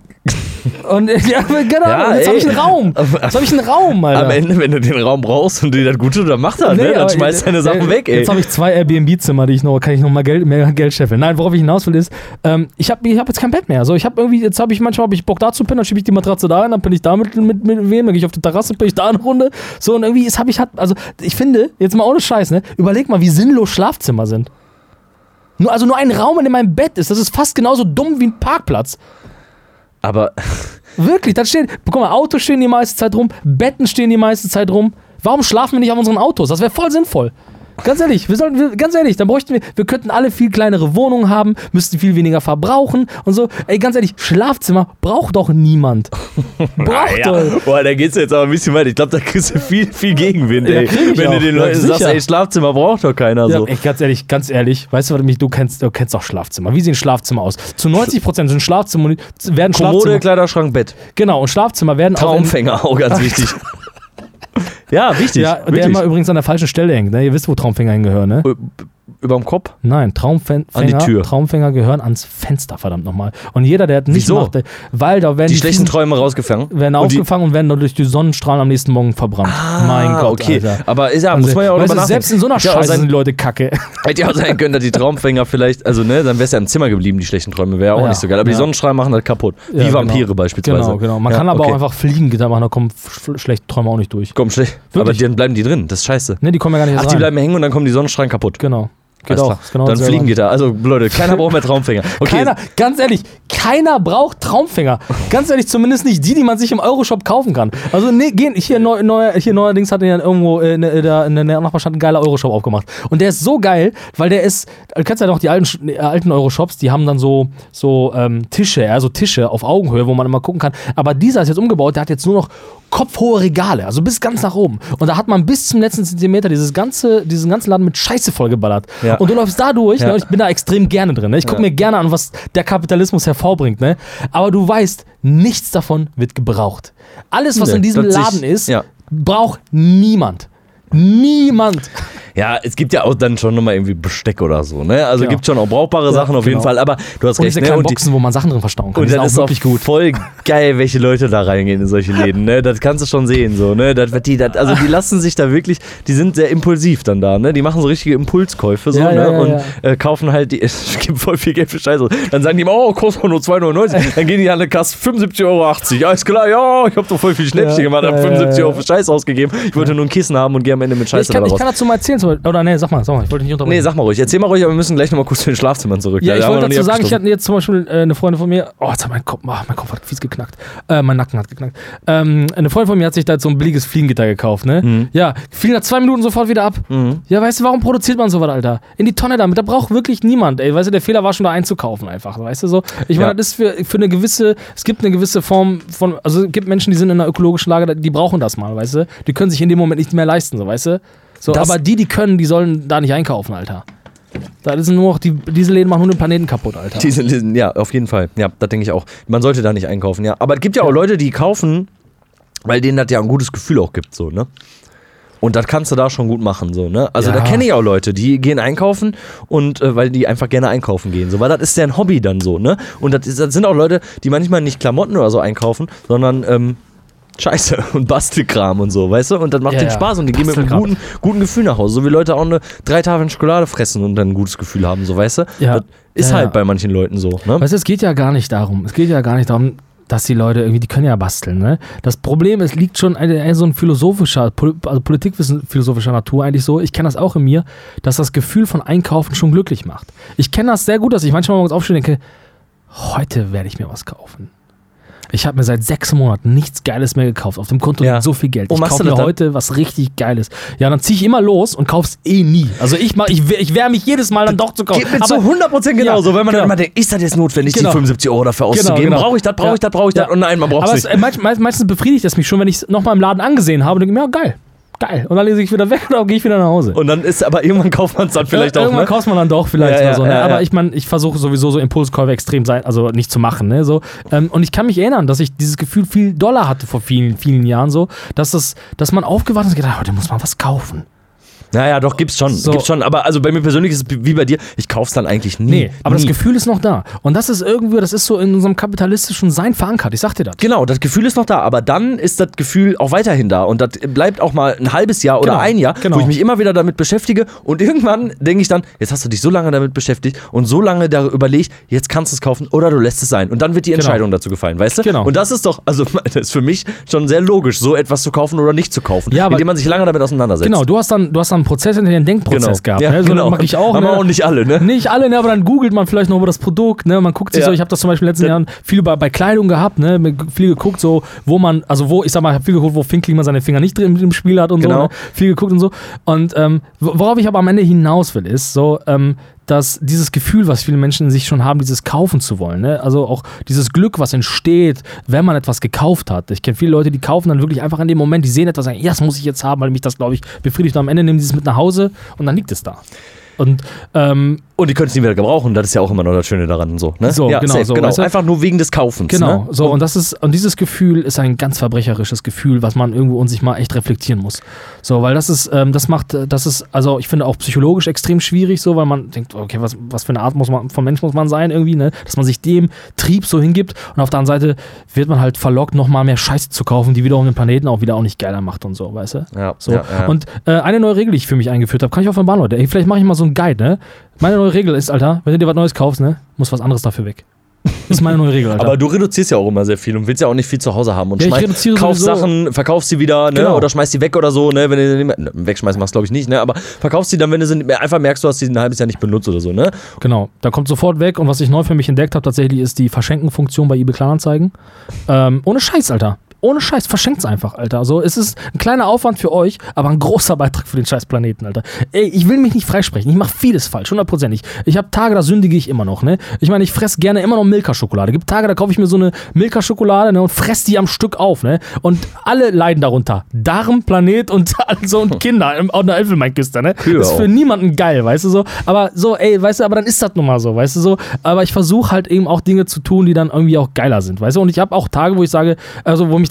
Speaker 2: Und ja, genau,
Speaker 3: Ja,
Speaker 2: und jetzt habe
Speaker 3: ey.
Speaker 2: ich einen Raum. Jetzt habe ich einen Raum, Alter.
Speaker 3: Am Ende, wenn du den Raum brauchst und dir das gut tut, dann mach das,
Speaker 2: Nee,
Speaker 3: ne? Dann
Speaker 2: aber-
Speaker 3: schmeiß deine Sachen
Speaker 2: äh,
Speaker 3: weg, ey.
Speaker 2: Jetzt habe ich zwei Airbnb-Zimmer, die ich noch, kann ich noch mal Geld, mehr Geld scheffeln. Nein, worauf ich hinaus will ist, ähm, ich habe ich hab jetzt kein Bett mehr. So, ich habe irgendwie, jetzt habe ich manchmal hab ich Bock da zu pennen, dann schiebe ich die Matratze da hin, dann bin ich da mit, mit, mit wem, dann gehe ich auf die Terrasse, bin ich da eine Runde. So, und irgendwie habe ich, hat, also ich finde, jetzt mal ohne Scheiß, ne, überleg mal, wie sinnlos Schlafzimmer sind. Nur, also nur ein Raum, in dem mein Bett ist, das ist fast genauso dumm wie ein Parkplatz.
Speaker 3: Aber
Speaker 2: Wirklich, da stehen, guck mal, Autos stehen die meiste Zeit rum, Betten stehen die meiste Zeit rum. Warum schlafen wir nicht auf unseren Autos? Das wäre voll sinnvoll. Ganz ehrlich, wir sollten, wir, ganz ehrlich, dann bräuchten wir, wir könnten alle viel kleinere Wohnungen haben, müssten viel weniger verbrauchen und so. Ey, ganz ehrlich, Schlafzimmer braucht doch niemand. Braucht
Speaker 3: ja,
Speaker 2: doch.
Speaker 3: boah, da geht's jetzt aber ein bisschen weiter. Ich glaube, da kriegst du viel, viel Gegenwind,
Speaker 2: Ja,
Speaker 3: ey.
Speaker 2: krieg ich
Speaker 3: Wenn
Speaker 2: auch.
Speaker 3: du den
Speaker 2: Ja,
Speaker 3: Leuten sagst,
Speaker 2: sicher.
Speaker 3: ey, Schlafzimmer braucht doch keiner
Speaker 2: Ja,
Speaker 3: so.
Speaker 2: ey, ganz ehrlich, ganz ehrlich, weißt du, was mich, du kennst, du kennst doch Schlafzimmer. Wie sehen Schlafzimmer aus? Zu neunzig Prozent sind Schlafzimmer, werden
Speaker 3: Kommode,
Speaker 2: Schlafzimmer,
Speaker 3: Kleiderschrank, Bett.
Speaker 2: genau, und Schlafzimmer werden auch in,
Speaker 3: Traumfänger, auch ganz wichtig. Ja, wichtig.
Speaker 2: ja, der
Speaker 3: wirklich.
Speaker 2: immer übrigens an der falschen Stelle hängt. Ne? Ihr wisst, wo Traumfänger hingehören, ne?
Speaker 3: Ü- Überm Kopf?
Speaker 2: Nein, Traumfänger,
Speaker 3: An die Tür.
Speaker 2: Traumfänger gehören ans Fenster, verdammt nochmal. Und jeder, der hat nicht
Speaker 3: Wieso?
Speaker 2: macht, der- weil da werden
Speaker 3: Die
Speaker 2: die,
Speaker 3: schlechten
Speaker 2: Fliesen-
Speaker 3: Träume rausgefangen?
Speaker 2: werden
Speaker 3: Und die-
Speaker 2: aufgefangen und werden dann durch die Sonnenstrahlen am nächsten Morgen verbrannt.
Speaker 3: Ah,
Speaker 2: mein Gott,
Speaker 3: okay.
Speaker 2: Alter.
Speaker 3: Aber ist ja,
Speaker 2: Also,
Speaker 3: muss man ja auch
Speaker 2: weißt
Speaker 3: drüber
Speaker 2: du, selbst in so einer
Speaker 3: Hätte ja auch
Speaker 2: Scheiße
Speaker 3: sein-
Speaker 2: sind die Leute kacke.
Speaker 3: Hätte ja auch sein können, dass die Traumfänger vielleicht, also ne, dann wär's ja im Zimmer geblieben, die schlechten Träume, wäre auch
Speaker 2: Ja,
Speaker 3: nicht so geil. Aber
Speaker 2: ja.
Speaker 3: die Sonnenstrahlen machen das kaputt.
Speaker 2: Ja,
Speaker 3: Wie Vampire
Speaker 2: genau.
Speaker 3: beispielsweise.
Speaker 2: Genau, genau. Man
Speaker 3: Ja,
Speaker 2: kann aber
Speaker 3: okay.
Speaker 2: auch einfach Fliegengitter machen, da kommen sch schlechte Träume auch nicht durch.
Speaker 3: Komm, schlecht. Aber dann bleiben die drin, das ist scheiße.
Speaker 2: Ne, die kommen ja gar nicht
Speaker 3: Ach,
Speaker 2: erst
Speaker 3: die
Speaker 2: rein.
Speaker 3: bleiben hängen und dann kommen die Sonnenstrahlen kaputt.
Speaker 2: Genau. Geht
Speaker 3: Alles
Speaker 2: auch.
Speaker 3: klar.
Speaker 2: Ist genau
Speaker 3: Dann
Speaker 2: dasselbe.
Speaker 3: Fliegengitter. Also Leute, keiner braucht mehr Traumfänger. Okay.
Speaker 2: Keiner, ganz ehrlich, keiner braucht Traumfänger. Ganz ehrlich, zumindest nicht die, die man sich im Euroshop kaufen kann. Also nee, gehen, hier, neu, neu, hier neuerdings hat er ja irgendwo in, in, der, in der Nachbarschaft ein geiler Euroshop aufgemacht. Und der ist so geil, weil der ist, du kennst ja noch die alten, äh, alten Euroshops, die haben dann so, so ähm, Tische, ja, so Tische auf Augenhöhe, wo man immer gucken kann. Aber dieser ist jetzt umgebaut, der hat jetzt nur noch kopfhohe Regale, also bis ganz nach oben. Und da hat man bis zum letzten Zentimeter dieses ganze, diesen ganzen Laden mit Scheiße vollgeballert.
Speaker 3: Ja.
Speaker 2: Und du läufst da durch,
Speaker 3: Ja.
Speaker 2: ne, und ich bin da extrem gerne drin. Ne? Ich gucke
Speaker 3: Ja.
Speaker 2: mir gerne an, was der Kapitalismus hervorbringt. Ne? Aber du weißt, nichts davon wird gebraucht. Alles, was
Speaker 3: Nee,
Speaker 2: in diesem
Speaker 3: das sich-
Speaker 2: Laden ist,
Speaker 3: ja.
Speaker 2: braucht niemand. Niemand.
Speaker 3: Ja, es gibt ja auch dann schon nochmal irgendwie Besteck oder so, ne? Also
Speaker 2: Genau.
Speaker 3: gibt schon auch brauchbare
Speaker 2: Ja,
Speaker 3: Sachen auf jeden
Speaker 2: genau.
Speaker 3: Fall, aber du hast
Speaker 2: Und
Speaker 3: recht,
Speaker 2: diese
Speaker 3: ne?
Speaker 2: kleinen
Speaker 3: Und die-
Speaker 2: Boxen, wo man Sachen drin verstauen kann.
Speaker 3: Und
Speaker 2: die sind
Speaker 3: dann
Speaker 2: auch
Speaker 3: ist auch
Speaker 2: wirklich gut.
Speaker 3: voll geil, welche Leute da reingehen in solche Läden, ne? Das kannst du schon sehen, so, ne? Das, die, das, also die lassen sich da wirklich, die sind sehr impulsiv dann da, ne? Die machen so richtige Impulskäufe, so,
Speaker 2: Ja,
Speaker 3: ne?
Speaker 2: ja, ja,
Speaker 3: und
Speaker 2: ja.
Speaker 3: Äh, kaufen halt, die, es gibt voll viel Geld für Scheiße. Dann sagen die immer, oh, kostet nur zwei neunundneunzig. Dann gehen die an der Kasse fünfundsiebzig Euro achtzig. Ja, ist klar, ja, ich hab doch voll viel Schnäppchen
Speaker 2: Ja,
Speaker 3: gemacht, hab
Speaker 2: ja,
Speaker 3: fünfundsiebzig
Speaker 2: ja, ja.
Speaker 3: Euro für Scheiß ausgegeben. Ich wollte nur ein Kissen haben und gehe am Ende mit
Speaker 2: Ich
Speaker 3: Scheiße
Speaker 2: kann,
Speaker 3: da
Speaker 2: ich
Speaker 3: raus.
Speaker 2: kann dazu mal erzählen. zum Beispiel- Oder nee, sag mal, sag mal, ich wollte dich nicht unterbrechen.
Speaker 3: Nee, sag mal ruhig. Erzähl mal ruhig, aber wir müssen gleich nochmal kurz zu den Schlafzimmern zurück.
Speaker 2: Ja,
Speaker 3: Da
Speaker 2: ich
Speaker 3: haben wir
Speaker 2: wollte
Speaker 3: noch nie
Speaker 2: dazu sagen, ich
Speaker 3: abgeschlossen.
Speaker 2: hatte jetzt zum Beispiel äh, eine Freundin von mir, oh, jetzt hat mein Kopf, oh, mein Kopf hat fies geknackt. Äh, mein Nacken hat geknackt. Ähm, eine Freundin von mir hat sich da jetzt so ein billiges Fliegengitter gekauft, ne?
Speaker 3: Mhm.
Speaker 2: Ja, fiel nach zwei Minuten sofort wieder ab.
Speaker 3: Mhm.
Speaker 2: Ja, weißt du, warum produziert man sowas, Alter? In die Tonne damit, da braucht wirklich niemand, ey. Weißt du, der Fehler war schon da einzukaufen einfach, weißt du so? Ich meine,
Speaker 3: Ja.
Speaker 2: das ist für, für eine gewisse, es gibt eine gewisse Form von, also es gibt Menschen, die sind in einer ökologischen Lage, die brauchen das mal, weißt du? Die können sich in dem Moment nicht mehr leisten, so, weißt du? So,
Speaker 3: Das-
Speaker 2: aber die, die können, die sollen da nicht einkaufen, Alter. Da sind nur noch, die, diese Läden machen nur den Planeten kaputt, Alter.
Speaker 3: Diese, diese, ja, auf jeden Fall. Ja, das denke ich auch. Man sollte da nicht einkaufen, ja. Aber es gibt ja auch
Speaker 2: Ja.
Speaker 3: Leute, die kaufen, weil denen das ja ein gutes Gefühl auch gibt, so, ne? Und das kannst du da schon gut machen, so, ne? Also
Speaker 2: Ja.
Speaker 3: da kenne ich auch Leute, die gehen einkaufen und äh, weil die einfach gerne einkaufen gehen, so, weil das ist deren Hobby dann so, ne? Und das, ist, das sind auch Leute, die manchmal nicht Klamotten oder so einkaufen, sondern ähm, Scheiße und Bastelkram und so, weißt du? Und das macht
Speaker 2: Ja,
Speaker 3: denen
Speaker 2: ja.
Speaker 3: Spaß und die gehen mit einem
Speaker 2: Bastelkram.
Speaker 3: guten, guten Gefühl nach Hause. So wie Leute auch eine drei Tafeln Schokolade fressen und dann ein gutes Gefühl haben, so, weißt du?
Speaker 2: Ja.
Speaker 3: Das ist
Speaker 2: Ja,
Speaker 3: halt
Speaker 2: ja.
Speaker 3: bei manchen Leuten so, ne?
Speaker 2: Weißt du, es geht ja gar nicht darum. Es geht ja gar nicht darum, dass die Leute irgendwie, die können ja basteln, ne? Das Problem ist, liegt schon eher so ein philosophischer, Pol- also politikphilosophischer Natur eigentlich so. Ich kenne das auch in mir, dass das Gefühl von Einkaufen schon glücklich macht. Ich kenne das sehr gut, dass ich manchmal morgens aufstehe und denke, heute werde ich mir was kaufen. Ich habe mir seit sechs Monaten nichts Geiles mehr gekauft. Auf dem Konto
Speaker 3: Ja.
Speaker 2: liegt so viel Geld.
Speaker 3: Oh,
Speaker 2: Ich
Speaker 3: machst
Speaker 2: kaufe
Speaker 3: du
Speaker 2: mir
Speaker 3: das dann?
Speaker 2: heute was richtig Geiles. Ja, dann ziehe ich immer los und kauf's eh nie. Also ich, mach, ich, wehr- ich wehre mich jedes Mal dann doch zu kaufen.
Speaker 3: Geht mir
Speaker 2: Aber-
Speaker 3: zu hundert Prozent genauso,
Speaker 2: Ja,
Speaker 3: weil man
Speaker 2: genau.
Speaker 3: dann immer denkt, ist das jetzt notwendig,
Speaker 2: Genau.
Speaker 3: die fünfundsiebzig Euro dafür
Speaker 2: Genau,
Speaker 3: auszugeben?
Speaker 2: genau.
Speaker 3: Brauche ich das, brauche ich das, brauche ich das?
Speaker 2: Ja.
Speaker 3: Und nein, man braucht
Speaker 2: Aber
Speaker 3: es
Speaker 2: es,
Speaker 3: nicht.
Speaker 2: äh, meist, meist, meistens befriedigt es mich schon, wenn ich es nochmal im Laden angesehen habe und denke mir, ja geil, geil. Und dann lese ich wieder weg und dann gehe ich wieder nach Hause.
Speaker 3: Und dann ist, aber irgendwann kauft man es dann vielleicht
Speaker 2: Ir-
Speaker 3: auch,
Speaker 2: Irgendwann
Speaker 3: ne?
Speaker 2: kauft man dann doch vielleicht
Speaker 3: Ja, ja,
Speaker 2: oder so. Ne?
Speaker 3: ja, ja.
Speaker 2: Aber ich meine, ich versuche sowieso so Impulskäufe extrem sein, also nicht zu machen. Ne? So, ähm, und ich kann mich erinnern, dass ich dieses Gefühl viel doller hatte vor vielen, vielen Jahren so, dass, das, dass man aufgewacht ist und gedacht, heute muss man was kaufen.
Speaker 3: Naja, doch, gibt's schon,
Speaker 2: So.
Speaker 3: gibt's schon. Aber also bei mir persönlich ist es wie bei dir, ich kauf's dann eigentlich nie.
Speaker 2: Nee, aber
Speaker 3: nie.
Speaker 2: das Gefühl ist noch da. Und das ist irgendwie, das ist so in unserem kapitalistischen Sein verankert. Ich sag dir das.
Speaker 3: Genau, das Gefühl ist noch da, aber dann ist das Gefühl auch weiterhin da und das bleibt auch mal ein halbes Jahr oder
Speaker 2: Genau,
Speaker 3: ein Jahr,
Speaker 2: genau.
Speaker 3: wo ich mich immer wieder damit beschäftige und irgendwann denke ich dann, jetzt hast du dich so lange damit beschäftigt und so lange darüber überlegt, jetzt kannst du es kaufen oder du lässt es sein und dann wird die
Speaker 2: Genau.
Speaker 3: Entscheidung dazu gefallen, weißt du?
Speaker 2: Genau.
Speaker 3: Und das ist doch, also das ist für mich schon sehr logisch, so etwas zu kaufen oder nicht zu kaufen,
Speaker 2: Ja, aber-
Speaker 3: indem man sich lange damit auseinandersetzt.
Speaker 2: Genau, du hast dann, du hast dann einen Prozess hinter den Denkprozess
Speaker 3: Genau.
Speaker 2: gehabt.
Speaker 3: Ja,
Speaker 2: ne? So,
Speaker 3: genau.
Speaker 2: das mache ich auch.
Speaker 3: Haben
Speaker 2: ne?
Speaker 3: wir auch nicht alle, ne?
Speaker 2: Nicht alle, ne, aber dann googelt man vielleicht noch über das Produkt, ne? Man guckt sich
Speaker 3: Ja.
Speaker 2: so, ich habe das zum Beispiel in den letzten
Speaker 3: Ja.
Speaker 2: Jahren viel über, bei Kleidung gehabt, ne? Mir viel geguckt, so, wo man, also wo, ich sag mal, ich habe viel geguckt, wo Fink Kliman seine Finger nicht drin im Spiel hat und
Speaker 3: Genau.
Speaker 2: so, ne? Viel geguckt und so. Und ähm, worauf ich aber am Ende hinaus will, ist so, ähm, dass dieses Gefühl, was viele Menschen in sich schon haben, dieses kaufen zu wollen, ne? Also auch dieses Glück, was entsteht, wenn man etwas gekauft hat. Ich kenne viele Leute, die kaufen dann wirklich einfach in dem Moment, die sehen etwas, sagen, ja, das muss ich jetzt haben, weil mich das, glaube ich, befriedigt. Und am Ende nehmen sie es mit nach Hause und dann liegt es da. Und ähm,
Speaker 3: Und die können es nie wieder gebrauchen, das ist ja auch immer noch das Schöne daran, so, ne?
Speaker 2: So,
Speaker 3: ja,
Speaker 2: genau,
Speaker 3: safe,
Speaker 2: so,
Speaker 3: genau.
Speaker 2: weißt du?
Speaker 3: Einfach nur wegen des Kaufens,
Speaker 2: Genau,
Speaker 3: ne?
Speaker 2: so und das ist und dieses Gefühl ist ein ganz verbrecherisches Gefühl, was man irgendwo in sich mal echt reflektieren muss. So, weil das ist, ähm, das macht, äh, das ist, also ich finde auch psychologisch extrem schwierig, so, weil man denkt, okay, was, was für eine Art muss man von Mensch muss man sein irgendwie, ne, dass man sich dem Trieb so hingibt und auf der anderen Seite wird man halt verlockt, nochmal mehr Scheiße zu kaufen, die wiederum den Planeten auch wieder auch nicht geiler macht und so, weißt du?
Speaker 3: Ja,
Speaker 2: So.
Speaker 3: ja, ja.
Speaker 2: Und äh, eine neue Regel, die ich für mich eingeführt habe, kann ich auch von Bahn, Leute. Ey, vielleicht mache ich mal so einen Guide, ne? Meine neue Regel ist, Alter, wenn du dir was Neues kaufst, ne, muss was anderes dafür weg. Das ist meine neue Regel, Alter.
Speaker 3: Aber du reduzierst ja auch immer sehr viel und willst ja auch nicht viel zu Hause haben und
Speaker 2: Ja, ich
Speaker 3: schmeißt,
Speaker 2: reduziere
Speaker 3: kaufst
Speaker 2: sowieso.
Speaker 3: Sachen, verkaufst sie wieder, ne?
Speaker 2: Genau.
Speaker 3: Oder schmeißt die weg oder so, ne? Wenn du sie nicht mehr, wegschmeißen machst, glaube ich nicht, ne? Aber verkaufst sie dann, wenn du sie einfach merkst, du hast sie ein halbes Jahr nicht benutzt oder so, ne?
Speaker 2: Genau, da kommt sofort weg und was ich neu für mich entdeckt habe tatsächlich ist die Verschenken-Funktion bei eBay Kleinanzeigen. Ähm, ohne Scheiß, Alter. Ohne Scheiß, verschenkt's einfach, Alter. So, es ist ein kleiner Aufwand für euch, aber ein großer Beitrag für den scheiß Planeten, Alter. Ey, ich will mich nicht freisprechen. Ich mache vieles falsch, hundertprozentig. Ich habe Tage, da sündige ich immer noch, ne? Ich meine, ich fresse gerne immer noch Milka-Schokolade. Gibt Tage, da kaufe ich mir so eine Milka-Schokolade, ne, und fress die am Stück auf, ne? Und alle leiden darunter. Darm, Planet und so und Kinder in der Elfenbeinküste, ne?
Speaker 3: Kühe
Speaker 2: ist für
Speaker 3: auch.
Speaker 2: niemanden geil, weißt du so. Aber so, ey, weißt du, aber dann ist das nun mal so, weißt du so. Aber ich versuche halt eben auch Dinge zu tun, die dann irgendwie auch geiler sind, weißt du. Und ich habe auch Tage, wo ich sage, also wo mich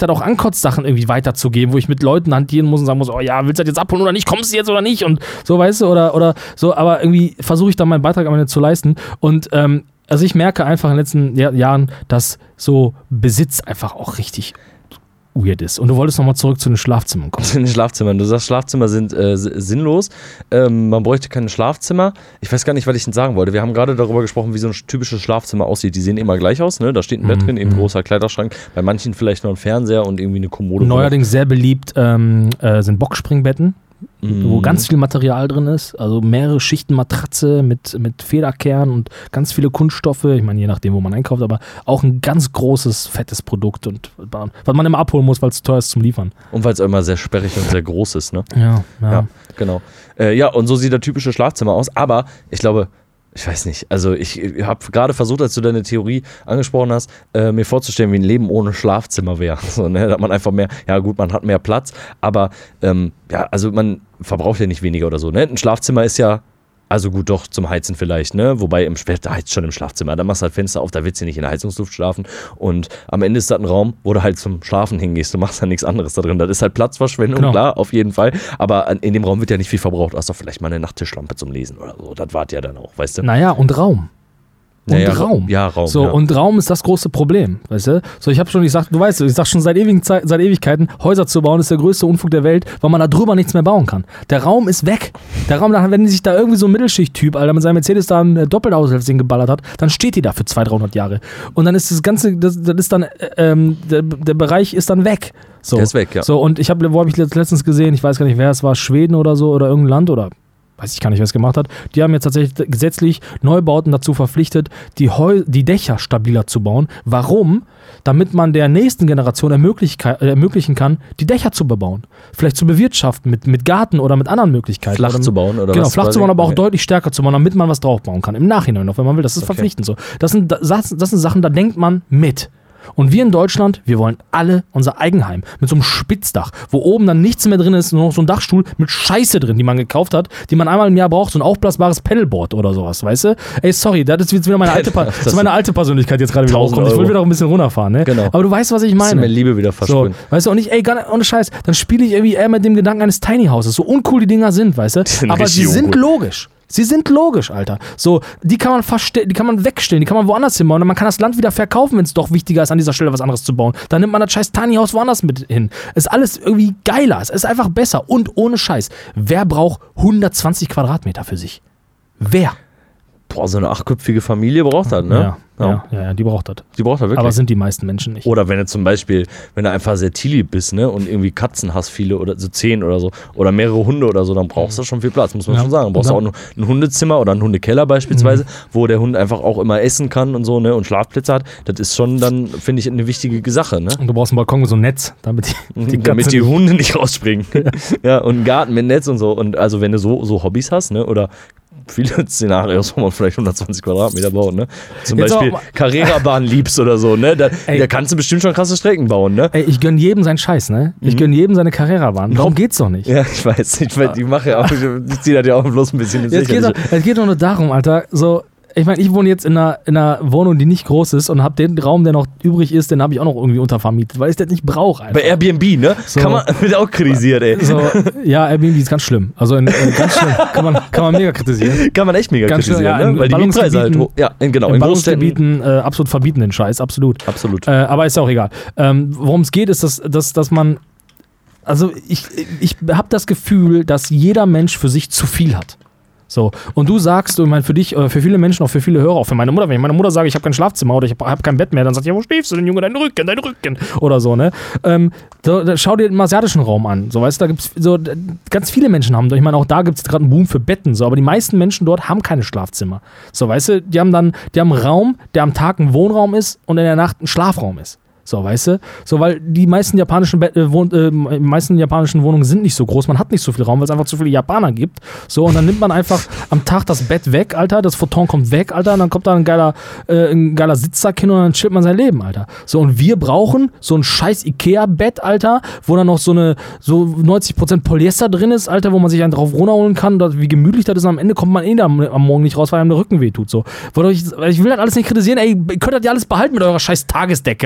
Speaker 2: halt auch ankotzt, Sachen irgendwie weiterzugeben, wo ich mit Leuten hantieren muss und sagen muss, oh ja, willst du das jetzt abholen oder nicht, kommst du jetzt oder nicht und so, weißt du, oder, oder so, aber irgendwie versuche ich dann meinen Beitrag am Ende zu leisten und ähm, also ich merke einfach in den letzten Jahr, Jahren, dass so Besitz einfach auch richtig weird ist. Und du wolltest nochmal zurück zu den Schlafzimmern kommen.
Speaker 3: Zu den Schlafzimmern. Du sagst, Schlafzimmer sind äh, sinnlos. Ähm, man bräuchte keine Schlafzimmer. Ich weiß gar nicht, was ich denn sagen wollte. Wir haben gerade darüber gesprochen, wie so ein typisches Schlafzimmer aussieht. Die sehen immer gleich aus, ne? Da steht ein Bett
Speaker 2: Mhm.
Speaker 3: drin, eben ein großer Kleiderschrank. Bei manchen vielleicht noch ein Fernseher und irgendwie eine Kommode.
Speaker 2: Neuerdings sehr beliebt ähm, äh, sind Boxspringbetten,
Speaker 3: Mhm.
Speaker 2: wo ganz viel Material drin ist. Also mehrere Schichten Matratze mit, mit Federkern und ganz viele Kunststoffe. Ich meine, je nachdem, wo man einkauft, aber auch ein ganz großes, fettes Produkt und was man immer abholen muss, weil es teuer ist zum Liefern.
Speaker 3: Und weil es immer sehr sperrig und sehr groß ist, ne?
Speaker 2: Ja, ja.
Speaker 3: Ja, genau. Äh, ja, und so sieht das typische Schlafzimmer aus. Aber ich glaube, ich weiß nicht, also ich, ich habe gerade versucht, als du deine Theorie angesprochen hast, äh, mir vorzustellen, wie ein Leben ohne Schlafzimmer wäre. So, ne? Da hat man einfach mehr, ja gut, man hat mehr Platz, aber ähm, ja, also man verbraucht ja nicht weniger oder so. Ne? Ein Schlafzimmer ist ja, also gut, doch zum Heizen vielleicht, ne? Wobei im Später da heizt schon im Schlafzimmer. Da machst du halt Fenster auf, da willst du nicht in der Heizungsluft schlafen. Und am Ende ist das ein Raum, wo du halt zum Schlafen hingehst. Du machst da nichts anderes da drin. Das ist halt Platzverschwendung,
Speaker 2: Genau.
Speaker 3: klar, auf jeden Fall. Aber in dem Raum wird ja nicht viel verbraucht. Du hast doch vielleicht mal eine Nachttischlampe zum Lesen oder so. Das wart ja dann auch, weißt du?
Speaker 2: Naja, und Raum. Und
Speaker 3: Naja,
Speaker 2: Raum.
Speaker 3: Ja, Raum.
Speaker 2: So,
Speaker 3: ja.
Speaker 2: und Raum ist das große Problem, weißt du? So, ich habe schon gesagt, du weißt, ich sag schon seit ewigen Zeit, seit Ewigkeiten, Häuser zu bauen ist der größte Unfug der Welt, weil man da drüber nichts mehr bauen kann. Der Raum ist weg. Der Raum, wenn sich da irgendwie so ein Mittelschicht-Typ, Alter, mit seinem Mercedes da ein Doppelaushälften geballert hat, dann steht die da für zweihundert, dreihundert Jahre. Und dann ist das Ganze, das, das ist dann, äh, ähm, der, der Bereich ist dann weg. So.
Speaker 3: Der ist weg, ja.
Speaker 2: So, und ich habe, wo habe ich letztens gesehen, ich weiß gar nicht, wer es war, Schweden oder so, oder irgendein Land, oder weiß ich gar nicht, wer es gemacht hat, die haben jetzt tatsächlich gesetzlich Neubauten dazu verpflichtet, die, Heu- die Dächer stabiler zu bauen. Warum? Damit man der nächsten Generation ermöglich- äh, ermöglichen kann, die Dächer zu bebauen. Vielleicht zu bewirtschaften mit, mit Garten oder mit anderen Möglichkeiten.
Speaker 3: Flach
Speaker 2: oder,
Speaker 3: zu bauen oder
Speaker 2: Genau,
Speaker 3: was?
Speaker 2: flach zu bauen, aber auch
Speaker 3: Okay.
Speaker 2: deutlich stärker zu bauen, damit man was drauf bauen kann. Im Nachhinein noch, wenn man will. Das ist
Speaker 3: Okay.
Speaker 2: verpflichtend so. Das sind, das, das sind Sachen, da denkt man mit. Und wir in Deutschland, wir wollen alle unser Eigenheim mit so einem Spitzdach, wo oben dann nichts mehr drin ist, nur noch so ein Dachstuhl mit Scheiße drin, die man gekauft hat, die man einmal im Jahr braucht, so ein aufblasbares Pedalboard oder sowas, weißt du? Ey, sorry, das ist jetzt wieder meine alte, Pa- das ist meine alte Persönlichkeit jetzt gerade wieder
Speaker 3: tausend
Speaker 2: hochkommt. Ich will
Speaker 3: Euro.
Speaker 2: wieder auch ein bisschen runterfahren, ne?
Speaker 3: Genau.
Speaker 2: Aber du weißt, was ich
Speaker 3: Hast du
Speaker 2: meine.
Speaker 3: mir Liebe wieder
Speaker 2: So,
Speaker 3: versprühen.
Speaker 2: weißt du, und ich, ey, gar nicht, ohne Scheiß, dann spiele ich irgendwie eher mit dem Gedanken eines Tiny Houses, so uncool die Dinger sind, weißt du?
Speaker 3: sind
Speaker 2: Aber sie
Speaker 3: richtig
Speaker 2: sind
Speaker 3: uncool.
Speaker 2: logisch. Sie sind logisch, Alter. So, die kann man verste- die kann man wegstellen, die kann man woanders hinbauen. Und man kann das Land wieder verkaufen, wenn es doch wichtiger ist, an dieser Stelle was anderes zu bauen. Dann nimmt man das scheiß Tiny House woanders mit hin. Ist alles irgendwie geiler. Es ist einfach besser. Und ohne Scheiß. Wer braucht hundertzwanzig Quadratmeter für sich? Wer?
Speaker 3: Boah, so eine achtköpfige Familie braucht das, ne?
Speaker 2: Ja, ja, ja, ja, die braucht das.
Speaker 3: Die braucht das wirklich.
Speaker 2: Aber sind die meisten Menschen nicht.
Speaker 3: Oder wenn du zum Beispiel, wenn du einfach sehr Tilly bist, ne, und irgendwie Katzen hast, viele oder so zehn oder so, oder mehrere Hunde oder so, dann brauchst du schon viel Platz, muss man
Speaker 2: Ja.
Speaker 3: schon sagen. Du brauchst
Speaker 2: Und
Speaker 3: auch
Speaker 2: dann-
Speaker 3: ein, ein Hundetzimmer oder ein Hundekeller beispielsweise, wo der Hund einfach auch immer essen kann und so, ne, und Schlafplätze hat. Das ist schon dann, finde ich, eine wichtige Sache, ne?
Speaker 2: Und du brauchst einen Balkon mit so einem Netz, damit die, die
Speaker 3: Damit
Speaker 2: Katze
Speaker 3: die
Speaker 2: nicht-
Speaker 3: Hunde nicht rausspringen. Ja, und einen Garten mit Netz und so. Und also wenn du so, so Hobbys hast, ne, oder viele Szenarios, wo man vielleicht hundertzwanzig Quadratmeter baut, ne? Zum
Speaker 2: Jetzt
Speaker 3: Beispiel
Speaker 2: auch mal-
Speaker 3: Carrera-Bahn liebst oder so, ne? Da,
Speaker 2: Ey.
Speaker 3: da kannst du bestimmt schon krasse Strecken bauen, ne?
Speaker 2: Ey, ich gönn jedem seinen Scheiß, ne? Ich gönn jedem seine Carrera-Bahn. Darum geht's doch nicht.
Speaker 3: Ja, ich weiß. Ich, weiß, ich mache ja auch, ich ziehe das ja auch bloß ein bisschen ins
Speaker 2: Jetzt geht doch,
Speaker 3: Lächerliche.
Speaker 2: es geht doch nur darum, Alter, so, ich meine, ich wohne jetzt in einer, in einer Wohnung, die nicht groß ist und habe den Raum, der noch übrig ist, den habe ich auch noch irgendwie untervermietet, weil ich das nicht brauche, Alter.
Speaker 3: Bei Airbnb, ne?
Speaker 2: So.
Speaker 3: Kann man, wird auch kritisiert, ey.
Speaker 2: So, ja, Airbnb ist ganz schlimm. Also in, äh, ganz schlimm. Kann man, kann man mega kritisieren.
Speaker 3: Kann man echt mega
Speaker 2: Ganz schön,
Speaker 3: kritisieren,
Speaker 2: ja, in
Speaker 3: ne? Weil die Mietpreise halt
Speaker 2: Ballungsgebieten-
Speaker 3: hoch. Ja, in, genau.
Speaker 2: In
Speaker 3: In Großstädten.
Speaker 2: Ballungsgebieten äh, absolut verbieten den Scheiß, absolut.
Speaker 3: Absolut.
Speaker 2: Äh, aber ist ja auch egal. Ähm, worum es geht, ist, dass, dass, dass man, also ich, ich habe das Gefühl, dass jeder Mensch für sich zu viel hat. So, und du sagst, ich meine, für dich, äh, für viele Menschen, auch für viele Hörer, auch für meine Mutter, wenn ich meiner Mutter sage, ich habe kein Schlafzimmer oder ich habe hab kein Bett mehr, dann sagt die, ja, wo schläfst du denn, Junge, dein Rücken, dein Rücken oder so, ne? Ähm, da, da, schau dir den asiatischen Raum an, so, weißt du, da gibt's so, d- ganz viele Menschen haben, ich meine, auch da gibt es gerade einen Boom für Betten, so, aber die meisten Menschen dort haben keine Schlafzimmer. So, weißt du, die haben dann, die haben einen Raum, der am Tag ein Wohnraum ist und in der Nacht ein Schlafraum ist. So, weißt du? So, weil die meisten japanischen, Be- äh, Wohn- äh, meisten japanischen Wohnungen sind nicht so groß, man hat nicht so viel Raum, weil es einfach zu viele Japaner gibt. So, und dann nimmt man einfach am Tag das Bett weg, Alter, das Futon kommt weg, Alter, und dann kommt da ein geiler, äh, ein geiler Sitzsack hin und dann chillt man sein Leben, Alter. So, und wir brauchen so ein scheiß Ikea-Bett, Alter, wo dann noch so eine, so neunzig Prozent Polyester drin ist, Alter, wo man sich einen drauf runterholen kann, und wie gemütlich das ist, und am Ende kommt man eh da am, am Morgen nicht raus, weil einem der Rücken wehtut, so. Weil ich, ich will das alles nicht kritisieren, ey, ihr könnt das ja alles behalten mit eurer scheiß Tagesdecke, Alter. Weißt du,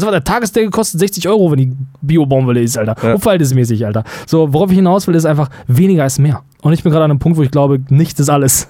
Speaker 2: was, der Tagesdeckel kostet sechzig Euro, wenn die Bio-Baumwolle ist, Alter.
Speaker 3: Ja.
Speaker 2: Unverhältnismäßig, Alter. So, worauf ich hinaus will, ist einfach, weniger ist mehr. Und ich bin gerade an einem Punkt, wo ich glaube, nichts ist alles.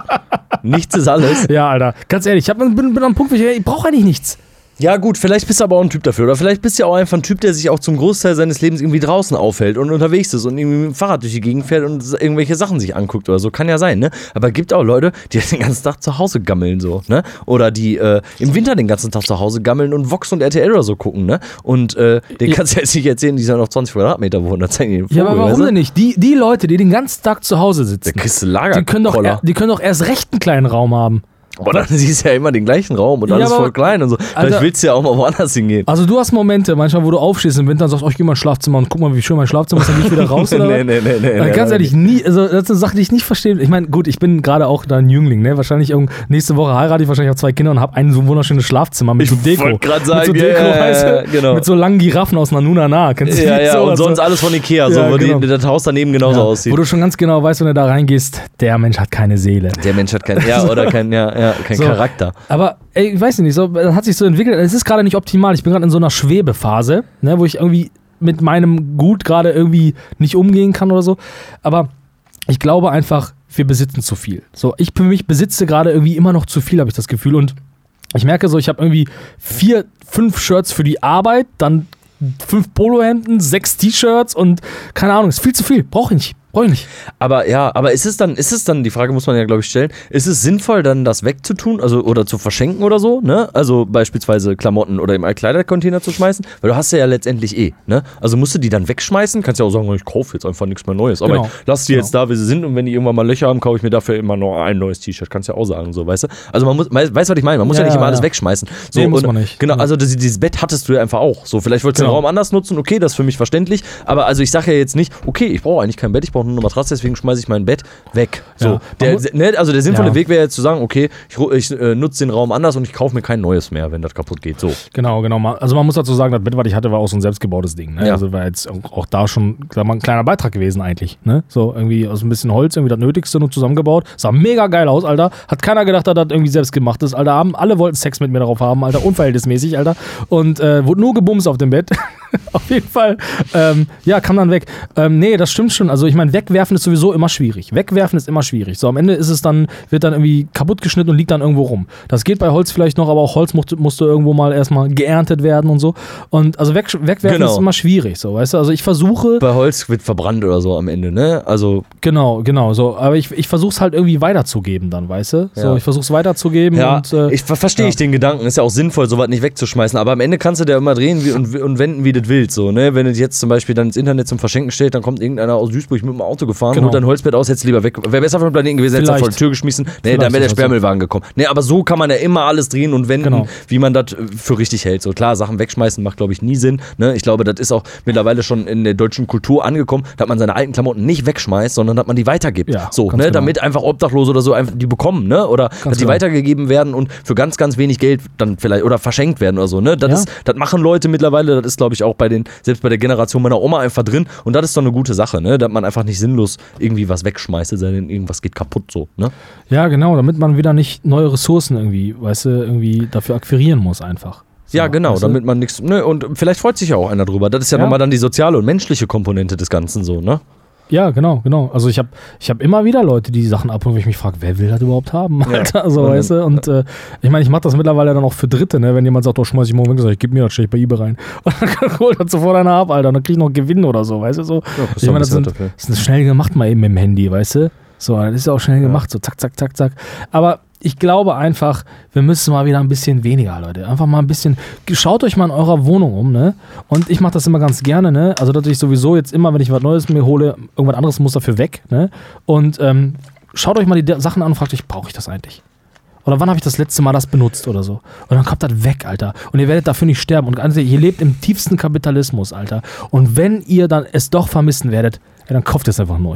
Speaker 3: Nichts ist alles.
Speaker 2: Ja, Alter. Ganz ehrlich, ich hab, bin, bin an einem Punkt, wo ich, ich brauche eigentlich nichts.
Speaker 3: Ja gut, vielleicht bist du aber auch ein Typ dafür. Oder vielleicht bist du ja auch einfach ein Typ, der sich auch zum Großteil seines Lebens irgendwie draußen aufhält und unterwegs ist und irgendwie mit dem Fahrrad durch die Gegend fährt und irgendwelche Sachen sich anguckt oder so. Kann ja sein, ne? Aber es gibt auch Leute, die den ganzen Tag zu Hause gammeln so, ne? Oder die äh, im Winter den ganzen Tag zu Hause gammeln und Vox und R T L oder so gucken, ne? Und äh, den kannst du jetzt nicht erzählen, die sollen auf zwanzig Quadratmeter wohnen. Da zeigen die den Vogel,
Speaker 2: Ja, aber warum
Speaker 3: weißt du?
Speaker 2: denn nicht? Die, die Leute, die den ganzen Tag zu Hause sitzen,
Speaker 3: Da kriegst du Lager.
Speaker 2: die können, doch, er- die können doch erst recht einen kleinen Raum haben.
Speaker 3: Aber dann siehst du ja immer den gleichen Raum und
Speaker 2: Ja,
Speaker 3: alles
Speaker 2: aber-
Speaker 3: voll klein und so. Vielleicht
Speaker 2: Alter-
Speaker 3: willst du ja auch mal woanders hingehen.
Speaker 2: Also du hast Momente, manchmal, wo du aufstehst im Winter und sagst, oh, ich geh mal ins Schlafzimmer und guck mal, wie schön mein Schlafzimmer ist, dann geh ich wieder raus, oder?
Speaker 3: nee, nee, nee, nee,
Speaker 2: Äh,
Speaker 3: nee.
Speaker 2: Ganz
Speaker 3: nee.
Speaker 2: ehrlich, nie, also das ist eine Sache, die ich nicht verstehe. Ich meine, gut, ich bin gerade auch da ein Jüngling, ne? Wahrscheinlich irgend- nächste Woche heirate ich wahrscheinlich auch zwei Kinder und habe ein so wunderschönes Schlafzimmer mit
Speaker 3: Ich
Speaker 2: so Deko.
Speaker 3: wollte gerade sagen,
Speaker 2: mit so
Speaker 3: ja,
Speaker 2: Deko,
Speaker 3: ja, ja,
Speaker 2: weißt du?
Speaker 3: genau.
Speaker 2: Mit so langen Giraffen aus Nanunana. Kennst du
Speaker 3: Ja,
Speaker 2: die?
Speaker 3: ja,
Speaker 2: so,
Speaker 3: und
Speaker 2: also-
Speaker 3: sonst alles von Ikea, so,
Speaker 2: Ja,
Speaker 3: wo
Speaker 2: genau.
Speaker 3: die, das Haus daneben genauso
Speaker 2: ja,
Speaker 3: aussieht.
Speaker 2: wo du schon ganz genau weißt, wenn du da reingehst, der Mensch hat keine Seele.
Speaker 3: Der Mensch hat keinen, ja, oder kein, ja, ja, kein
Speaker 2: So.
Speaker 3: Charakter.
Speaker 2: Aber ey, ich weiß nicht, so, das hat sich so entwickelt. Es ist gerade nicht optimal. Ich bin gerade in so einer Schwebephase, ne, wo ich irgendwie mit meinem Gut gerade irgendwie nicht umgehen kann oder so. Aber ich glaube einfach, wir besitzen zu viel. So, ich für mich besitze gerade irgendwie immer noch zu viel, habe ich das Gefühl. Und ich merke so, ich habe irgendwie vier, fünf Shirts für die Arbeit, dann fünf Polohemden, sechs T-Shirts und keine Ahnung, ist viel zu viel. Brauche ich nicht. Brauche ich nicht.
Speaker 3: Aber ja, aber ist es dann, ist es dann, die Frage muss man ja, glaube ich, stellen, ist es sinnvoll, dann das wegzutun, also oder zu verschenken oder so, ne? Also beispielsweise Klamotten oder im Kleidercontainer zu schmeißen, weil du hast ja letztendlich eh, ne? Also musst du die dann wegschmeißen, kannst ja auch sagen, ich kaufe jetzt einfach nichts mehr Neues. Aber
Speaker 2: Genau.
Speaker 3: ich lass die
Speaker 2: Genau.
Speaker 3: jetzt da, wie sie sind und wenn die irgendwann mal Löcher haben, kaufe ich mir dafür immer nur ein neues T-Shirt. Kannst ja auch sagen, so, weißt du? Also man muss, weißt du, was ich meine? Man muss ja,
Speaker 2: Ja,
Speaker 3: nicht immer
Speaker 2: ja,
Speaker 3: alles
Speaker 2: ja.
Speaker 3: wegschmeißen. So,
Speaker 2: Nee, muss
Speaker 3: und,
Speaker 2: man nicht.
Speaker 3: Genau,
Speaker 2: Ja.
Speaker 3: also das, dieses Bett hattest du ja einfach auch. So, vielleicht wolltest du
Speaker 2: Genau.
Speaker 3: den Raum anders nutzen, okay, das ist für mich verständlich, aber also ich sage ja jetzt nicht, okay, ich brauche eigentlich kein Bett, ich brauche nur eine Matratze, deswegen schmeiße ich mein Bett weg. So,
Speaker 2: Ja.
Speaker 3: der,
Speaker 2: Man mu-
Speaker 3: ne, also der sinnvolle
Speaker 2: Ja.
Speaker 3: Weg wäre jetzt zu sagen, okay, ich, ru- ich äh, nutze den Raum anders und ich kaufe mir kein neues mehr, wenn das kaputt geht. So.
Speaker 2: Genau, genau. Ma- Also man muss dazu sagen, das Bett, was ich hatte, war auch so ein selbstgebautes Ding. Ne?
Speaker 3: Ja.
Speaker 2: Also war jetzt auch auch da schon sag mal, ein kleiner Beitrag gewesen eigentlich. Ne? So irgendwie aus ein bisschen Holz, irgendwie das Nötigste nur zusammengebaut. Sah mega geil aus, Alter. Hat keiner gedacht, dass das irgendwie selbst gemacht ist, Alter. Haben, alle wollten Sex mit mir darauf haben, Alter. Unverhältnismäßig, Alter. Und äh, wurde nur gebumst auf dem Bett. Auf jeden Fall. Ähm, ja, kam dann weg. Ähm, nee, das stimmt schon. Also ich meine, wegwerfen ist sowieso immer schwierig. Wegwerfen ist immer schwierig. So am Ende ist es dann, wird dann irgendwie kaputt geschnitten und liegt dann irgendwo rum. Das geht bei Holz vielleicht noch, aber auch Holz musste, musste irgendwo mal erstmal geerntet werden und so. Und also weg, wegwerfen
Speaker 3: Genau.
Speaker 2: ist immer schwierig, so, weißt du? Also ich versuche,
Speaker 3: Bei Holz wird verbrannt oder so am Ende, ne? Also,
Speaker 2: genau, genau, so, aber ich, ich versuche es halt irgendwie weiterzugeben dann, weißt du? So,
Speaker 3: Ja.
Speaker 2: ich versuche es weiterzugeben
Speaker 3: ja,
Speaker 2: und äh,
Speaker 3: ich ver verstehe
Speaker 2: ja.
Speaker 3: ich den Gedanken, ist ja auch sinnvoll, sowas nicht wegzuschmeißen, aber am Ende kannst du dir immer drehen wie, und, und wenden, wie du das willst, so, ne? Wenn du jetzt zum Beispiel dann ins Internet zum Verschenken stellt, dann kommt irgendeiner aus Duisburg mit dem Auto gefahren,
Speaker 2: Genau.
Speaker 3: holt dein Holzbett aus, hättest lieber weg, wäre besser für den Planeten gewesen, hättest du
Speaker 2: Vielleicht.
Speaker 3: vor die Tür geschmissen, nee,
Speaker 2: Vielleicht
Speaker 3: dann wäre der
Speaker 2: ist das so.
Speaker 3: Sperrmüllwagen gekommen. Nee, aber so kann man ja immer alles drehen und wenden,
Speaker 2: Genau.
Speaker 3: wie man das für richtig hält. So klar, Sachen wegschmeißen macht, glaube ich, nie Sinn, ne? Ich glaube, das ist auch mittlerweile schon in der deutschen Kultur angekommen, dass man seine alten Klamotten nicht wegschmeißt, sondern dass man die weitergibt.
Speaker 2: Ja,
Speaker 3: so,
Speaker 2: ganz
Speaker 3: ne?
Speaker 2: genau.
Speaker 3: Damit einfach Obdachlose oder so einfach die bekommen, ne? Oder dass die
Speaker 2: genau.
Speaker 3: weitergegeben werden und für ganz, ganz wenig Geld dann vielleicht oder verschenkt werden oder so, ne? Das,
Speaker 2: Ja.
Speaker 3: ist, das machen Leute mittlerweile, das ist, glaube ich, auch bei den, selbst bei der Generation meiner Oma einfach drin und das ist doch eine gute Sache, ne? Dass man einfach nicht sinnlos irgendwie was wegschmeißt, es sei denn, irgendwas geht kaputt so, ne?
Speaker 2: ja, genau, damit man wieder nicht neue Ressourcen irgendwie, weißt du, irgendwie dafür akquirieren muss einfach. So,
Speaker 3: Ja, genau,
Speaker 2: weißt du?
Speaker 3: damit man nichts, ne? Und vielleicht freut sich ja auch einer drüber. Das ist ja,
Speaker 2: Ja.
Speaker 3: nochmal dann die soziale und menschliche Komponente des Ganzen so, ne?
Speaker 2: Ja, genau, genau. Also ich habe ich hab immer wieder Leute, die die Sachen abholen, wo ich mich frage, wer will das überhaupt haben, Alter? So,
Speaker 3: Und
Speaker 2: weißt du? Und äh, ich meine, ich mache das mittlerweile dann auch für Dritte, ne? Wenn jemand sagt, oh, schmeiß ich morgen weg, sag ich, gib mir das, stell ich bei eBay rein. Und dann holt das sofort einer ab, Alter. Und dann krieg ich noch Gewinn oder so, weißt du? So.
Speaker 3: kriegst
Speaker 2: Ich
Speaker 3: du
Speaker 2: meine,
Speaker 3: ein
Speaker 2: das,
Speaker 3: bisschen
Speaker 2: sind,
Speaker 3: dafür.
Speaker 2: das ist schnell gemacht mal eben mit dem Handy, weißt du? So, das ist ja auch schnell gemacht, so zack, zack, zack, zack. Aber ich glaube einfach, wir müssen mal wieder ein bisschen weniger, Leute. Einfach mal ein bisschen, schaut euch mal in eurer Wohnung um, ne? Und ich mache das immer ganz gerne, ne? Also, dass ich sowieso jetzt immer, wenn ich was Neues mir hole, irgendwas anderes muss dafür weg, ne? Und ähm, schaut euch mal die Sachen an und fragt euch, brauche ich das eigentlich? Oder wann habe ich das letzte Mal das benutzt oder so? Und dann kommt das weg, Alter. Und ihr werdet dafür nicht sterben. Und ganz ehrlich, ihr lebt im tiefsten Kapitalismus, Alter. Und wenn ihr dann es doch vermissen werdet, ja, dann kauft es einfach neu.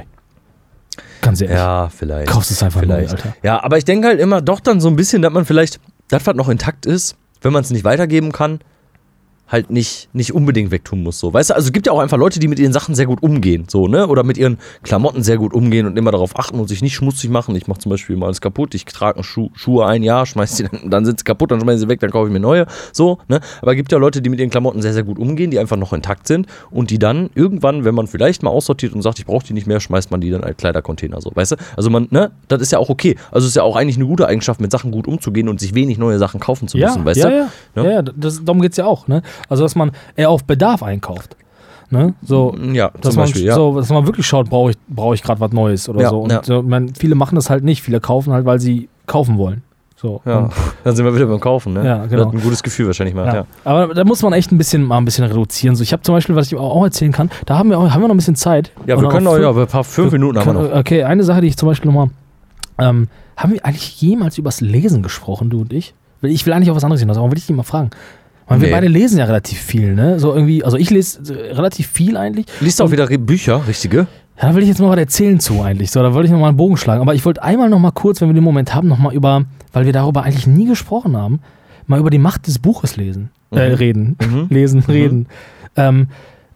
Speaker 2: Ganz ehrlich.
Speaker 3: Ja, vielleicht.
Speaker 2: Kaufst es einfach
Speaker 3: vielleicht.
Speaker 2: neu, Alter.
Speaker 3: Ja, aber ich denke halt immer doch dann so ein bisschen, dass man vielleicht, das, was noch intakt ist, wenn man es nicht weitergeben kann, halt nicht, nicht unbedingt wegtun muss. So. Weißt du, also es gibt ja auch einfach Leute, die mit ihren Sachen sehr gut umgehen, so, ne? Oder mit ihren Klamotten sehr gut umgehen und immer darauf achten und sich nicht schmutzig machen. Ich mache zum Beispiel mal alles kaputt, ich trage Schu- Schuhe ein Jahr, schmeiß sie dann, dann sind sie kaputt, dann schmeiß ich sie weg, dann kaufe ich mir neue. So, ne? Aber es gibt ja Leute, die mit ihren Klamotten sehr, sehr gut umgehen, die einfach noch intakt sind und die dann irgendwann, wenn man vielleicht mal aussortiert und sagt, ich brauche die nicht mehr, schmeißt man die dann als Kleidercontainer. So, weißt du? Also man, ne? Das ist ja auch okay. Also es ist ja auch eigentlich eine gute Eigenschaft, mit Sachen gut umzugehen und sich wenig neue Sachen kaufen zu müssen,
Speaker 2: ja,
Speaker 3: weißt
Speaker 2: ja,
Speaker 3: du?
Speaker 2: Ja,
Speaker 3: ne?
Speaker 2: ja, das, darum geht es ja auch, ne? Also dass man eher auf Bedarf einkauft. Ne? So,
Speaker 3: ja,
Speaker 2: dass
Speaker 3: zum
Speaker 2: man,
Speaker 3: Beispiel, ja.
Speaker 2: so, dass man wirklich schaut, brauche ich, brauch ich gerade was Neues oder
Speaker 3: ja,
Speaker 2: so. Und
Speaker 3: ja.
Speaker 2: so, man, viele machen das halt nicht, viele kaufen halt, weil sie kaufen wollen. So.
Speaker 3: Ja,
Speaker 2: und,
Speaker 3: dann sind wir wieder beim Kaufen, ne?
Speaker 2: Ja, genau.
Speaker 3: Das hat ein gutes Gefühl wahrscheinlich mal.
Speaker 2: ja.
Speaker 3: Ja.
Speaker 2: Aber da muss man echt ein bisschen mal ein bisschen reduzieren. So, ich habe zum Beispiel, was ich auch erzählen kann, da haben wir, auch, haben wir noch ein bisschen Zeit.
Speaker 3: Ja, wir
Speaker 2: Und
Speaker 3: können
Speaker 2: auch
Speaker 3: auch,
Speaker 2: fünf,
Speaker 3: ja, ein paar fünf Minuten haben wir noch.
Speaker 2: Okay, eine Sache, die ich zum Beispiel nochmal, ähm, haben wir eigentlich jemals übers Lesen gesprochen, du und ich? Ich will eigentlich auch was anderes hinaus, aber will ich dich mal fragen. Weil
Speaker 3: Nee.
Speaker 2: wir beide lesen ja relativ viel, ne? So irgendwie, also ich lese äh, relativ viel eigentlich.
Speaker 3: Liest du auch wieder Re- Bücher, richtige?
Speaker 2: Ja, da will ich jetzt mal was erzählen zu eigentlich. So, da wollte ich nochmal einen Bogen schlagen. Aber ich wollte einmal nochmal kurz, wenn wir den Moment haben, nochmal über, weil wir darüber eigentlich nie gesprochen haben, mal über die Macht des Buches lesen. Äh,
Speaker 3: Mhm.
Speaker 2: reden.
Speaker 3: Mhm.
Speaker 2: Lesen,
Speaker 3: Mhm.
Speaker 2: reden. Ähm,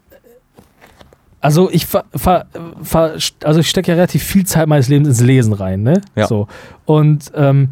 Speaker 2: also ich ver, ver, ver, also ich stecke ja relativ viel Zeit meines Lebens ins Lesen rein, ne?
Speaker 3: Ja.
Speaker 2: So. Und, ähm,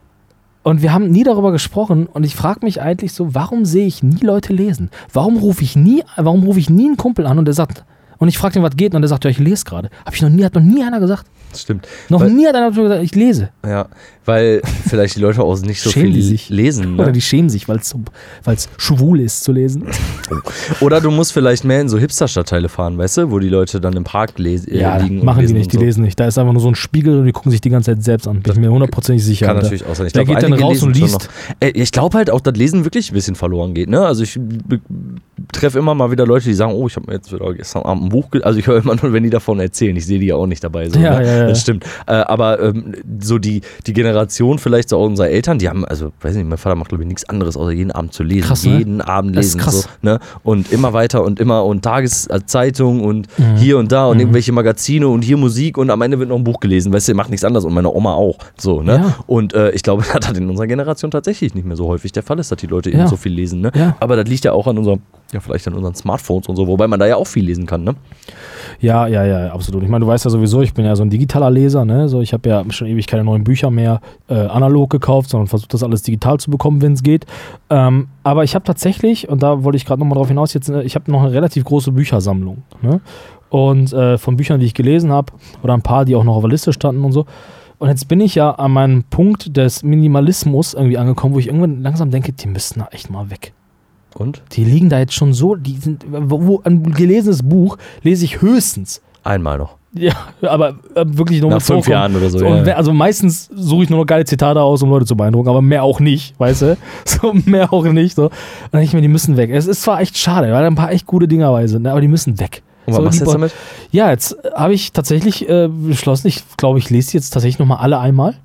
Speaker 2: und wir haben nie darüber gesprochen und ich frage mich eigentlich so, warum sehe ich nie Leute lesen? Warum rufe ich nie, warum rufe ich nie einen Kumpel an und der sagt, und ich frage ihn, was geht, und der sagt, ja, ich lese gerade. Habe ich noch nie, hat noch nie einer gesagt.
Speaker 3: Das stimmt.
Speaker 2: Noch
Speaker 3: weil,
Speaker 2: nie hat einer gesagt, ich lese.
Speaker 3: Ja, weil vielleicht die Leute auch nicht so
Speaker 2: Schämen
Speaker 3: viel
Speaker 2: die sich.
Speaker 3: lesen.
Speaker 2: Oder
Speaker 3: Ne?
Speaker 2: die schämen sich, weil es so, weil's schwul ist zu lesen.
Speaker 3: Oder du musst vielleicht mehr in so Hipster-Stadtteile fahren, weißt du, wo die Leute dann im Park les- äh,
Speaker 2: Ja,
Speaker 3: liegen. und
Speaker 2: machen die
Speaker 3: lesen
Speaker 2: nicht,
Speaker 3: und
Speaker 2: die
Speaker 3: so.
Speaker 2: lesen nicht. Da ist einfach nur so ein Spiegel und die gucken sich die ganze Zeit selbst an. Bin ich mir hundertprozentig sicher.
Speaker 3: Kann
Speaker 2: Alter.
Speaker 3: natürlich auch sein. Ich
Speaker 2: Der
Speaker 3: glaub,
Speaker 2: geht dann
Speaker 3: einige
Speaker 2: raus und
Speaker 3: lesen schon
Speaker 2: liest.
Speaker 3: noch. Äh, Ich glaube halt auch, dass Lesen wirklich ein bisschen verloren geht. Ne? Also ich be- treffe immer mal wieder Leute, die sagen, oh, ich habe mir jetzt wieder gestern Abend ein Buch gelesen. Also ich höre immer nur, wenn die davon erzählen. Ich sehe die ja auch nicht dabei. So,
Speaker 2: Ja,
Speaker 3: ne?
Speaker 2: ja, ja.
Speaker 3: Das stimmt. Äh, aber ähm, so die, die Generation vielleicht so unserer Eltern, die haben, also weiß nicht, mein Vater macht glaube ich nichts anderes, außer jeden Abend zu lesen.
Speaker 2: Krass, ne?
Speaker 3: Jeden Abend
Speaker 2: Das ist
Speaker 3: lesen.
Speaker 2: krass.
Speaker 3: So, ne? Und immer weiter und immer und Tageszeitung und
Speaker 2: Mhm.
Speaker 3: hier und da und
Speaker 2: Mhm.
Speaker 3: irgendwelche Magazine und hier Musik und am Ende wird noch ein Buch gelesen. Weißt du, der macht nichts anderes und meine Oma auch. So, ne?
Speaker 2: Ja.
Speaker 3: Und äh, ich glaube, das hat in unserer Generation tatsächlich nicht mehr so häufig der Fall ist, dass die Leute
Speaker 2: Ja.
Speaker 3: eben so viel lesen. Ne?
Speaker 2: Ja.
Speaker 3: Aber das liegt ja auch an unserem, ja, vielleicht an unseren Smartphones und so, wobei man da ja auch viel lesen kann, ne?
Speaker 2: Ja, ja, ja, absolut. Ich meine, du weißt ja sowieso, ich bin ja so ein digitaler Leser, ne? So, ich habe ja schon ewig keine neuen Bücher mehr äh, analog gekauft, sondern versuche das alles digital zu bekommen, wenn es geht. Ähm, aber ich habe tatsächlich, und da wollte ich gerade nochmal drauf hinaus, jetzt, äh, ich habe noch eine relativ große Büchersammlung. Ne? Und äh, von Büchern, die ich gelesen habe, oder ein paar, die auch noch auf der Liste standen und so. Und jetzt bin ich ja an meinem Punkt des Minimalismus irgendwie angekommen, wo ich irgendwann langsam denke, die müssten da echt mal weg.
Speaker 3: Und?
Speaker 2: Die liegen da jetzt schon so, die sind, wo, ein gelesenes Buch lese ich höchstens.
Speaker 3: Einmal noch.
Speaker 2: Ja, aber äh, wirklich nur
Speaker 3: Nach
Speaker 2: mit
Speaker 3: fünf
Speaker 2: Zurückkommen.
Speaker 3: Jahren oder so.
Speaker 2: So,
Speaker 3: ja.
Speaker 2: und wer- also meistens suche ich nur noch geile Zitate aus, um Leute zu beeindrucken, aber mehr auch nicht, weißt du? So, mehr auch nicht. So. Und dann denke ich mir, die müssen weg. Es ist zwar echt schade, weil da ein paar echt gute Dinger dabei sind, ne, aber die müssen weg.
Speaker 3: Und was
Speaker 2: So,
Speaker 3: machst
Speaker 2: die
Speaker 3: du jetzt
Speaker 2: Bo-
Speaker 3: damit?
Speaker 2: Ja, jetzt habe ich tatsächlich äh, beschlossen, ich glaube, ich lese die jetzt tatsächlich nochmal alle einmal.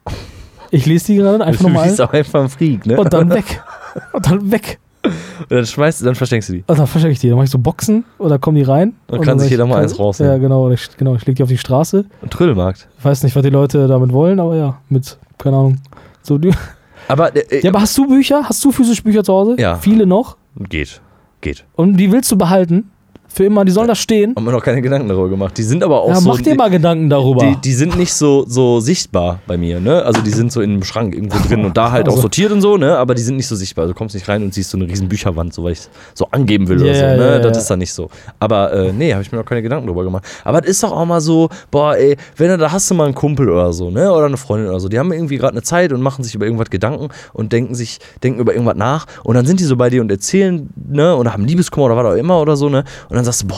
Speaker 2: Ich lese die gerade einfach
Speaker 3: Du
Speaker 2: nochmal
Speaker 3: bist auch einfach ein Freak, ne?
Speaker 2: und dann weg. Und dann weg.
Speaker 3: Und dann schmeißt du, dann versteckst du die.
Speaker 2: Und dann verstecke ich die. Dann mache ich so Boxen und dann kommen die rein.
Speaker 3: Dann
Speaker 2: und
Speaker 3: kann sich
Speaker 2: sag ich,
Speaker 3: jeder mal
Speaker 2: kann-
Speaker 3: eins rausnehmen.
Speaker 2: Ja, genau. Ich, genau, ich lege die auf die Straße.
Speaker 3: Ein Trödelmarkt.
Speaker 2: Ich weiß nicht, was die Leute damit wollen, aber ja, mit, keine Ahnung. So, die,
Speaker 3: Aber äh,
Speaker 2: ja, aber hast du Bücher? Hast du physische Bücher zu Hause?
Speaker 3: Ja.
Speaker 2: Viele noch?
Speaker 3: geht. Geht.
Speaker 2: Und die willst du behalten? Für immer? Die sollen da stehen?
Speaker 3: Haben wir noch keine Gedanken darüber gemacht. Die sind aber auch
Speaker 2: Ja,
Speaker 3: so.
Speaker 2: mach dir mal Gedanken darüber.
Speaker 3: Die, die sind nicht so, so sichtbar bei mir, ne? Also die sind so in einem Schrank irgendwo drin und da halt auch
Speaker 2: Also.
Speaker 3: sortiert und so, ne? Aber die sind nicht so sichtbar. Also du kommst nicht rein und siehst so eine riesen Bücherwand, so weil ich so angeben will
Speaker 2: Ja,
Speaker 3: oder so,
Speaker 2: ja,
Speaker 3: ne?
Speaker 2: ja,
Speaker 3: Das
Speaker 2: ja.
Speaker 3: ist da nicht so. Aber äh, nee, habe ich mir noch keine Gedanken drüber gemacht. Aber es ist doch auch mal so, boah, ey, wenn du da hast du mal einen Kumpel oder so, ne? Oder eine Freundin oder so, die haben irgendwie gerade eine Zeit und machen sich über irgendwas Gedanken und denken sich, denken über irgendwas nach und dann sind die so bei dir und erzählen, ne? Und haben Liebeskummer oder was auch immer oder so, ne? Und dann sagst du, boah,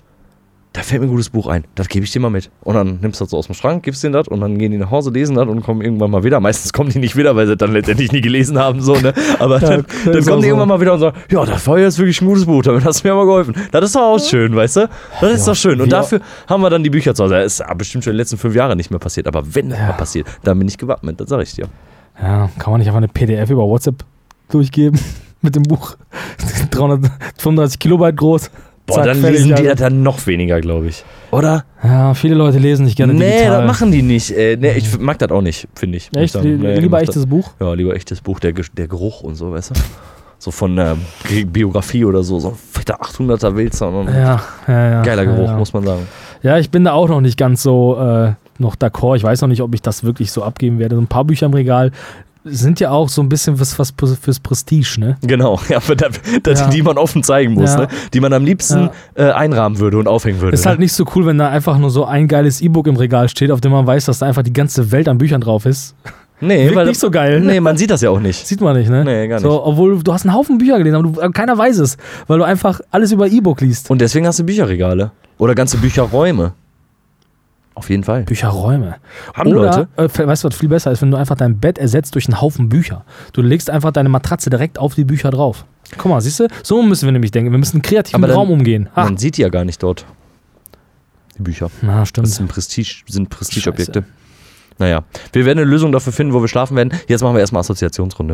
Speaker 3: da fällt mir ein gutes Buch ein, das gebe ich dir mal mit. Und dann nimmst du das so aus dem Schrank, gibst denen das und dann gehen die nach Hause, lesen das und kommen irgendwann mal wieder. Meistens kommen die nicht wieder, weil sie dann letztendlich nie gelesen haben, so, ne? Aber
Speaker 2: Ja,
Speaker 3: dann,
Speaker 2: das
Speaker 3: dann
Speaker 2: ist
Speaker 3: kommen
Speaker 2: auch
Speaker 3: die
Speaker 2: so.
Speaker 3: irgendwann mal wieder und sagen, ja, das war jetzt wirklich ein gutes Buch, damit hast du mir aber geholfen. Das ist doch auch schön, weißt du? Das ist
Speaker 2: Ja,
Speaker 3: doch schön. Und
Speaker 2: wir-
Speaker 3: dafür haben wir dann die Bücher zu Hause. Das ist bestimmt schon in den letzten fünf Jahren nicht mehr passiert. Aber wenn das
Speaker 2: Ja.
Speaker 3: mal passiert, dann bin ich gewappnet, das sag ich dir.
Speaker 2: Ja, kann man nicht einfach eine P D F über WhatsApp durchgeben mit dem Buch? dreihundertfünfunddreißig Kilobyte groß.
Speaker 3: Boah,
Speaker 2: Zack,
Speaker 3: dann
Speaker 2: fertig,
Speaker 3: lesen die
Speaker 2: Alter.
Speaker 3: das dann noch weniger, glaube ich. Oder?
Speaker 2: Ja, viele Leute lesen nicht gerne
Speaker 3: Nee,
Speaker 2: digital.
Speaker 3: das machen die nicht. Äh, nee, ich mag das auch nicht, finde ich. muss ich
Speaker 2: Echt?
Speaker 3: sagen. Nee, ich
Speaker 2: Lieber
Speaker 3: mach
Speaker 2: echtes
Speaker 3: das-
Speaker 2: Buch?
Speaker 3: Ja, lieber echtes Buch, der, Ge- der Geruch und so, weißt du? So von der Biografie oder so. So ein fetter achthunderter Wälzer.
Speaker 2: Ja, ja, ja.
Speaker 3: Geiler Geruch,
Speaker 2: ja, ja.
Speaker 3: muss man sagen.
Speaker 2: Ja, ich bin da auch noch nicht ganz so äh, noch d'accord. Ich weiß noch nicht, ob ich das wirklich so abgeben werde. So ein paar Bücher im Regal sind ja auch so ein bisschen was, was fürs Prestige, ne?
Speaker 3: Genau, ja, aber da, da,
Speaker 2: Ja.
Speaker 3: die man offen zeigen muss,
Speaker 2: Ja.
Speaker 3: ne? Die man am liebsten
Speaker 2: Ja.
Speaker 3: äh, einrahmen würde und aufhängen würde.
Speaker 2: Ist halt nicht so cool, wenn da einfach nur so ein geiles E-Book im Regal steht, auf dem man weiß, dass da einfach die ganze Welt an Büchern drauf ist.
Speaker 3: nee,
Speaker 2: Wirkt
Speaker 3: weil,
Speaker 2: nicht so geil.
Speaker 3: Nee, man sieht das ja auch nicht.
Speaker 2: Sieht man nicht, ne?
Speaker 3: Nee, gar nicht.
Speaker 2: So, obwohl du hast einen Haufen Bücher gelesen, aber du, aber keiner weiß es, weil du einfach alles über E-Book liest.
Speaker 3: Und deswegen hast du Bücherregale. Oder ganze Bücherräume. Auf jeden Fall.
Speaker 2: Bücherräume.
Speaker 3: Haben
Speaker 2: Oder,
Speaker 3: Leute.
Speaker 2: äh, weißt du, was viel besser ist, wenn du einfach dein Bett ersetzt durch einen Haufen Bücher. Du legst einfach deine Matratze direkt auf die Bücher drauf. Guck mal, siehst du? So müssen wir nämlich denken. Wir müssen kreativ
Speaker 3: Aber
Speaker 2: mit
Speaker 3: dann-
Speaker 2: Raum umgehen. Ha.
Speaker 3: Man sieht die ja gar nicht dort. Die Bücher.
Speaker 2: Na, stimmt.
Speaker 3: Das sind Prestige, sind Prestigeobjekte. Naja, wir werden eine Lösung dafür finden, wo wir schlafen werden. Jetzt machen wir erstmal Assoziationsrunde.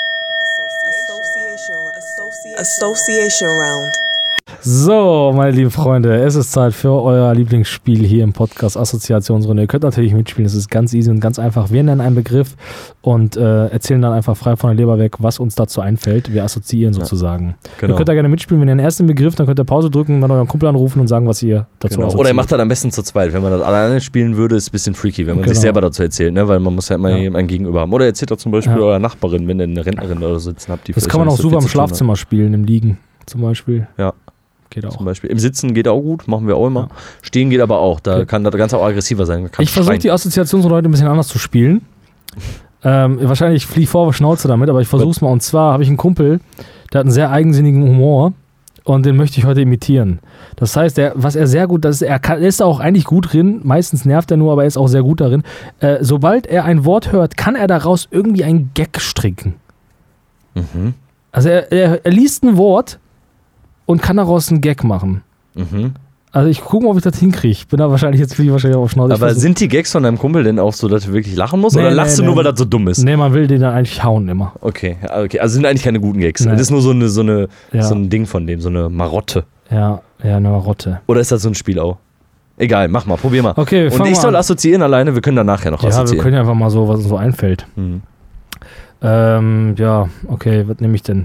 Speaker 1: Association Round.
Speaker 2: So, meine lieben Freunde, es ist Zeit für euer Lieblingsspiel hier im Podcast Assoziationsrunde. Ihr könnt natürlich mitspielen, es ist ganz easy und ganz einfach. Wir nennen einen Begriff und äh, erzählen dann einfach frei von der Leber weg, was uns dazu einfällt. Wir assoziieren sozusagen.
Speaker 3: Genau.
Speaker 2: Ihr könnt da gerne mitspielen, wenn ihr den ersten Begriff, dann könnt ihr Pause drücken, dann euren Kumpel anrufen und sagen, was ihr dazu
Speaker 3: Genau.
Speaker 2: assoziiert.
Speaker 3: Oder ihr macht das am besten zu zweit. Wenn man das alleine spielen würde, ist es ein bisschen freaky, wenn man
Speaker 2: Genau.
Speaker 3: sich selber dazu erzählt, ne? Weil man muss ja immer
Speaker 2: Ja.
Speaker 3: ein Gegenüber haben. Oder ihr erzählt doch zum Beispiel
Speaker 2: Ja.
Speaker 3: eurer Nachbarin, wenn ihr eine Rentnerin oder so sitzen habt, die
Speaker 2: Das
Speaker 3: vielleicht
Speaker 2: kann man
Speaker 3: nicht
Speaker 2: auch
Speaker 3: so
Speaker 2: super
Speaker 3: viel
Speaker 2: im
Speaker 3: zu tun hat.
Speaker 2: Schlafzimmer spielen, im Liegen zum Beispiel.
Speaker 3: Ja.
Speaker 2: Geht auch.
Speaker 3: Zum Beispiel. Im Sitzen geht auch gut, machen wir auch immer.
Speaker 2: Ja.
Speaker 3: Stehen geht aber auch. Da
Speaker 2: Okay.
Speaker 3: kann das Ganze auch aggressiver sein. Man kann
Speaker 2: Ich versuche
Speaker 3: schreien.
Speaker 2: die Assoziationsrunde heute ein bisschen anders zu spielen. Ähm, wahrscheinlich fliege ich vor Schnauze damit, aber ich versuche es mal. Und zwar habe ich einen Kumpel, der hat einen sehr eigensinnigen Humor und den möchte ich heute imitieren. Das heißt, der, was er sehr gut, das ist, er, kann, er ist auch eigentlich gut drin, meistens nervt er nur, aber er ist auch sehr gut darin. Äh, sobald er ein Wort hört, kann er daraus irgendwie einen Gag stricken.
Speaker 3: Mhm.
Speaker 2: Also er, er, er liest ein Wort und kann daraus einen Gag machen.
Speaker 3: Mhm.
Speaker 2: Also ich gucke mal, ob ich das hinkriege. Ich bin da wahrscheinlich, jetzt fliege ich wahrscheinlich auf Schnauze. Ich
Speaker 3: Aber
Speaker 2: versuch-
Speaker 3: sind die Gags von deinem Kumpel denn auch so, dass du wirklich lachen musst?
Speaker 2: Nee,
Speaker 3: oder
Speaker 2: nee,
Speaker 3: lachst du
Speaker 2: nee.
Speaker 3: nur, weil das so dumm ist?
Speaker 2: Nee, man will den dann eigentlich hauen immer.
Speaker 3: Okay, ja, okay. Also sind eigentlich keine guten Gags.
Speaker 2: Nee.
Speaker 3: Das ist nur so, eine, so, eine,
Speaker 2: Ja.
Speaker 3: so ein Ding von dem, so eine Marotte.
Speaker 2: Ja, ja, eine Marotte.
Speaker 3: Oder ist das so ein Spiel auch? Egal, mach mal, probier mal.
Speaker 2: Okay, wir
Speaker 3: Und
Speaker 2: fangen
Speaker 3: ich
Speaker 2: mal
Speaker 3: soll
Speaker 2: an.
Speaker 3: assoziieren alleine, wir können dann nachher noch
Speaker 2: Ja, wir
Speaker 3: assoziieren.
Speaker 2: können ja einfach mal so, was uns so einfällt.
Speaker 3: Mhm.
Speaker 2: Ähm, ja, okay, was nehme ich denn?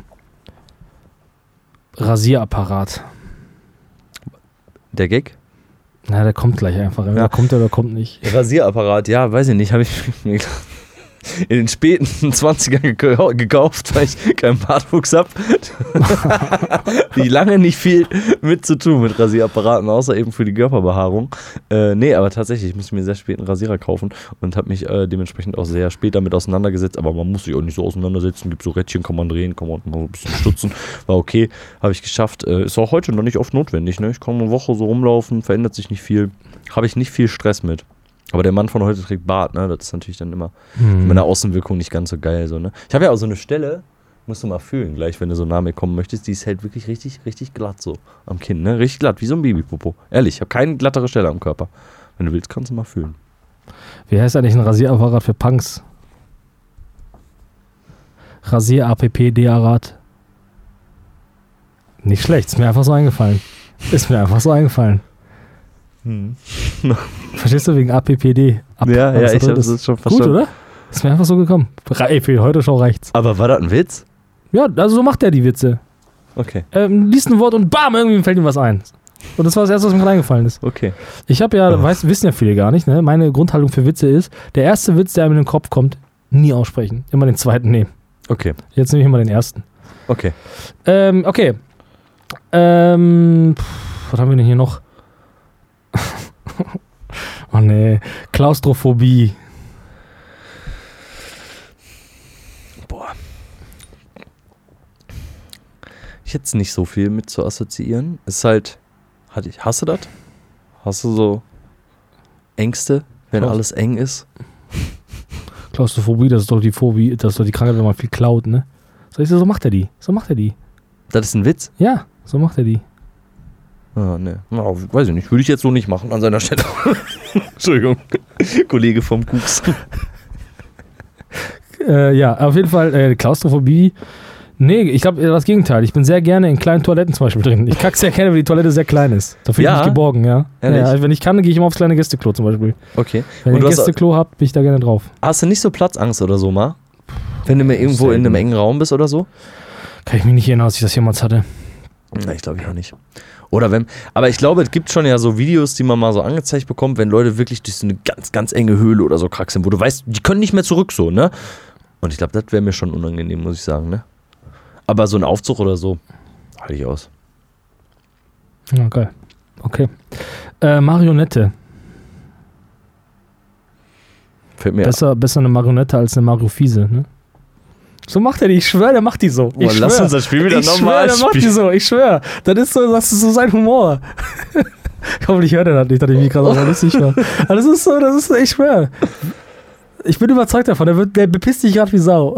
Speaker 2: Rasierapparat.
Speaker 3: Der Gag?
Speaker 2: Na, der kommt gleich einfach. Entweder
Speaker 3: Ja.
Speaker 2: kommt er oder kommt nicht.
Speaker 3: Rasierapparat, ja, weiß ich nicht, habe ich mir in den späten zwanzigern gekau- gekauft, weil ich keinen Bartwuchs habe. Die lange nicht viel mit zu tun mit Rasierapparaten, außer eben für die Körperbehaarung. Äh, nee, aber tatsächlich, ich musste mir sehr spät einen Rasierer kaufen und habe mich äh, dementsprechend auch sehr spät damit auseinandergesetzt. Aber man muss sich auch nicht so auseinandersetzen. Gibt so Rädchen, kann man drehen, kann man mal so ein bisschen stutzen. War okay, habe ich geschafft. Äh, ist auch heute noch nicht oft notwendig. Ne? Ich kann eine Woche so rumlaufen, verändert sich nicht viel. Habe ich nicht viel Stress mit. Aber der Mann von heute trägt Bart, ne? Das ist natürlich dann immer
Speaker 2: Hm.
Speaker 3: mit der Außenwirkung nicht ganz so geil. So, ne? Ich habe ja auch so eine Stelle, musst du mal fühlen, gleich, wenn du so nah mir kommen möchtest, die ist halt wirklich richtig, richtig glatt so am Kinn, ne? Richtig glatt, wie so ein Babypopo. Ehrlich, ich habe keine glattere Stelle am Körper. Wenn du willst, kannst du mal fühlen.
Speaker 2: Wie heißt eigentlich ein Rasierapparat für Punks? Rasier-A-P-P-D-A-Rad. Nicht schlecht, ist mir einfach so eingefallen. Ist mir einfach so eingefallen. Verstehst du, wegen A P P D? Ab,
Speaker 3: Ja,
Speaker 2: was
Speaker 3: ja,
Speaker 2: da
Speaker 3: ich
Speaker 2: drin
Speaker 3: habe
Speaker 2: ist.
Speaker 3: das schon
Speaker 2: Gut,
Speaker 3: verstanden.
Speaker 2: oder? Ist mir einfach so gekommen. Ey, für heute Show reicht's.
Speaker 3: Aber war das ein Witz?
Speaker 2: Ja, also so macht er die Witze.
Speaker 3: Okay,
Speaker 2: Ähm, liest ein Wort und bam, irgendwie fällt ihm was ein. Und das war das Erste, was mir gerade eingefallen ist.
Speaker 3: okay.
Speaker 2: Ich habe ja, weiß, wissen ja viele gar nicht, ne? Meine Grundhaltung für Witze ist, der erste Witz, der einem in den Kopf kommt, nie aussprechen. Immer den zweiten nehmen.
Speaker 3: Okay,
Speaker 2: Jetzt nehme ich immer den ersten.
Speaker 3: okay.
Speaker 2: Ähm, okay. Ähm, pff, was haben wir denn hier noch? Oh nee. Klaustrophobie.
Speaker 3: Boah. Ich hätte nicht so viel mit zu assoziieren. Ist halt, hatte ich, hast du das? Hast du so Ängste, wenn
Speaker 2: Klaus-
Speaker 3: alles eng ist?
Speaker 2: Klaustrophobie, das ist doch die Phobie, das ist doch die Krankheit, wenn man viel klaut, ne? So, ich so, so macht er die. So macht er die.
Speaker 3: Das ist ein Witz?
Speaker 2: Ja, so macht er die.
Speaker 3: Ah, ne. Ja, weiß ich nicht. Würde ich jetzt so nicht machen an seiner Stelle. Entschuldigung. Kollege vom Kuks.
Speaker 2: Äh, ja, auf jeden Fall äh, Klaustrophobie. Nee, ich glaube das Gegenteil. Ich bin sehr gerne in kleinen Toiletten zum Beispiel drin. Ich kacke sehr gerne, weil die Toilette sehr klein ist. Da fühle ich
Speaker 3: Ja?
Speaker 2: mich geborgen, ja.
Speaker 3: Ehrlich?
Speaker 2: ja. Wenn ich kann, gehe ich immer aufs kleine Gästeklo zum Beispiel.
Speaker 3: Okay.
Speaker 2: Wenn
Speaker 3: Und
Speaker 2: ihr
Speaker 3: du
Speaker 2: ein
Speaker 3: hast,
Speaker 2: Gästeklo habt, bin ich da gerne drauf.
Speaker 3: hast du nicht so Platzangst oder so mal? Wenn du mal irgendwo in einem engen Raum bist oder so?
Speaker 2: Kann Kann ich mich nicht erinnern, dass ich das jemals hatte.
Speaker 3: Ja, ich glaube ich auch nicht. Oder wenn, aber ich glaube, es gibt schon ja so Videos, die man mal so angezeigt bekommt, wenn Leute wirklich durch so eine ganz, ganz enge Höhle oder so kraxeln, wo du weißt, die können nicht mehr zurück so, ne? Und ich glaube, das wäre mir schon unangenehm, muss ich sagen, ne? Aber so ein Aufzug oder so, halte ich aus.
Speaker 2: Ja, geil. Okay. Äh, Marionette.
Speaker 3: Fällt mir
Speaker 2: Besser, besser eine Marionette als eine Mario Fiese, ne? So macht er die, ich schwöre, der macht die so. Ich
Speaker 3: oh, lass uns das Spiel wieder
Speaker 2: ich
Speaker 3: nochmal
Speaker 2: spielen. Der macht die so, ich schwöre. Das ist so, das ist so sein Humor. Hoffentlich hört er das nicht, dass ich mich gerade so lustig war. Aber das ist so, das ist so, ich schwöre. Ich bin überzeugt davon, der, wird, der bepisst dich gerade wie Sau.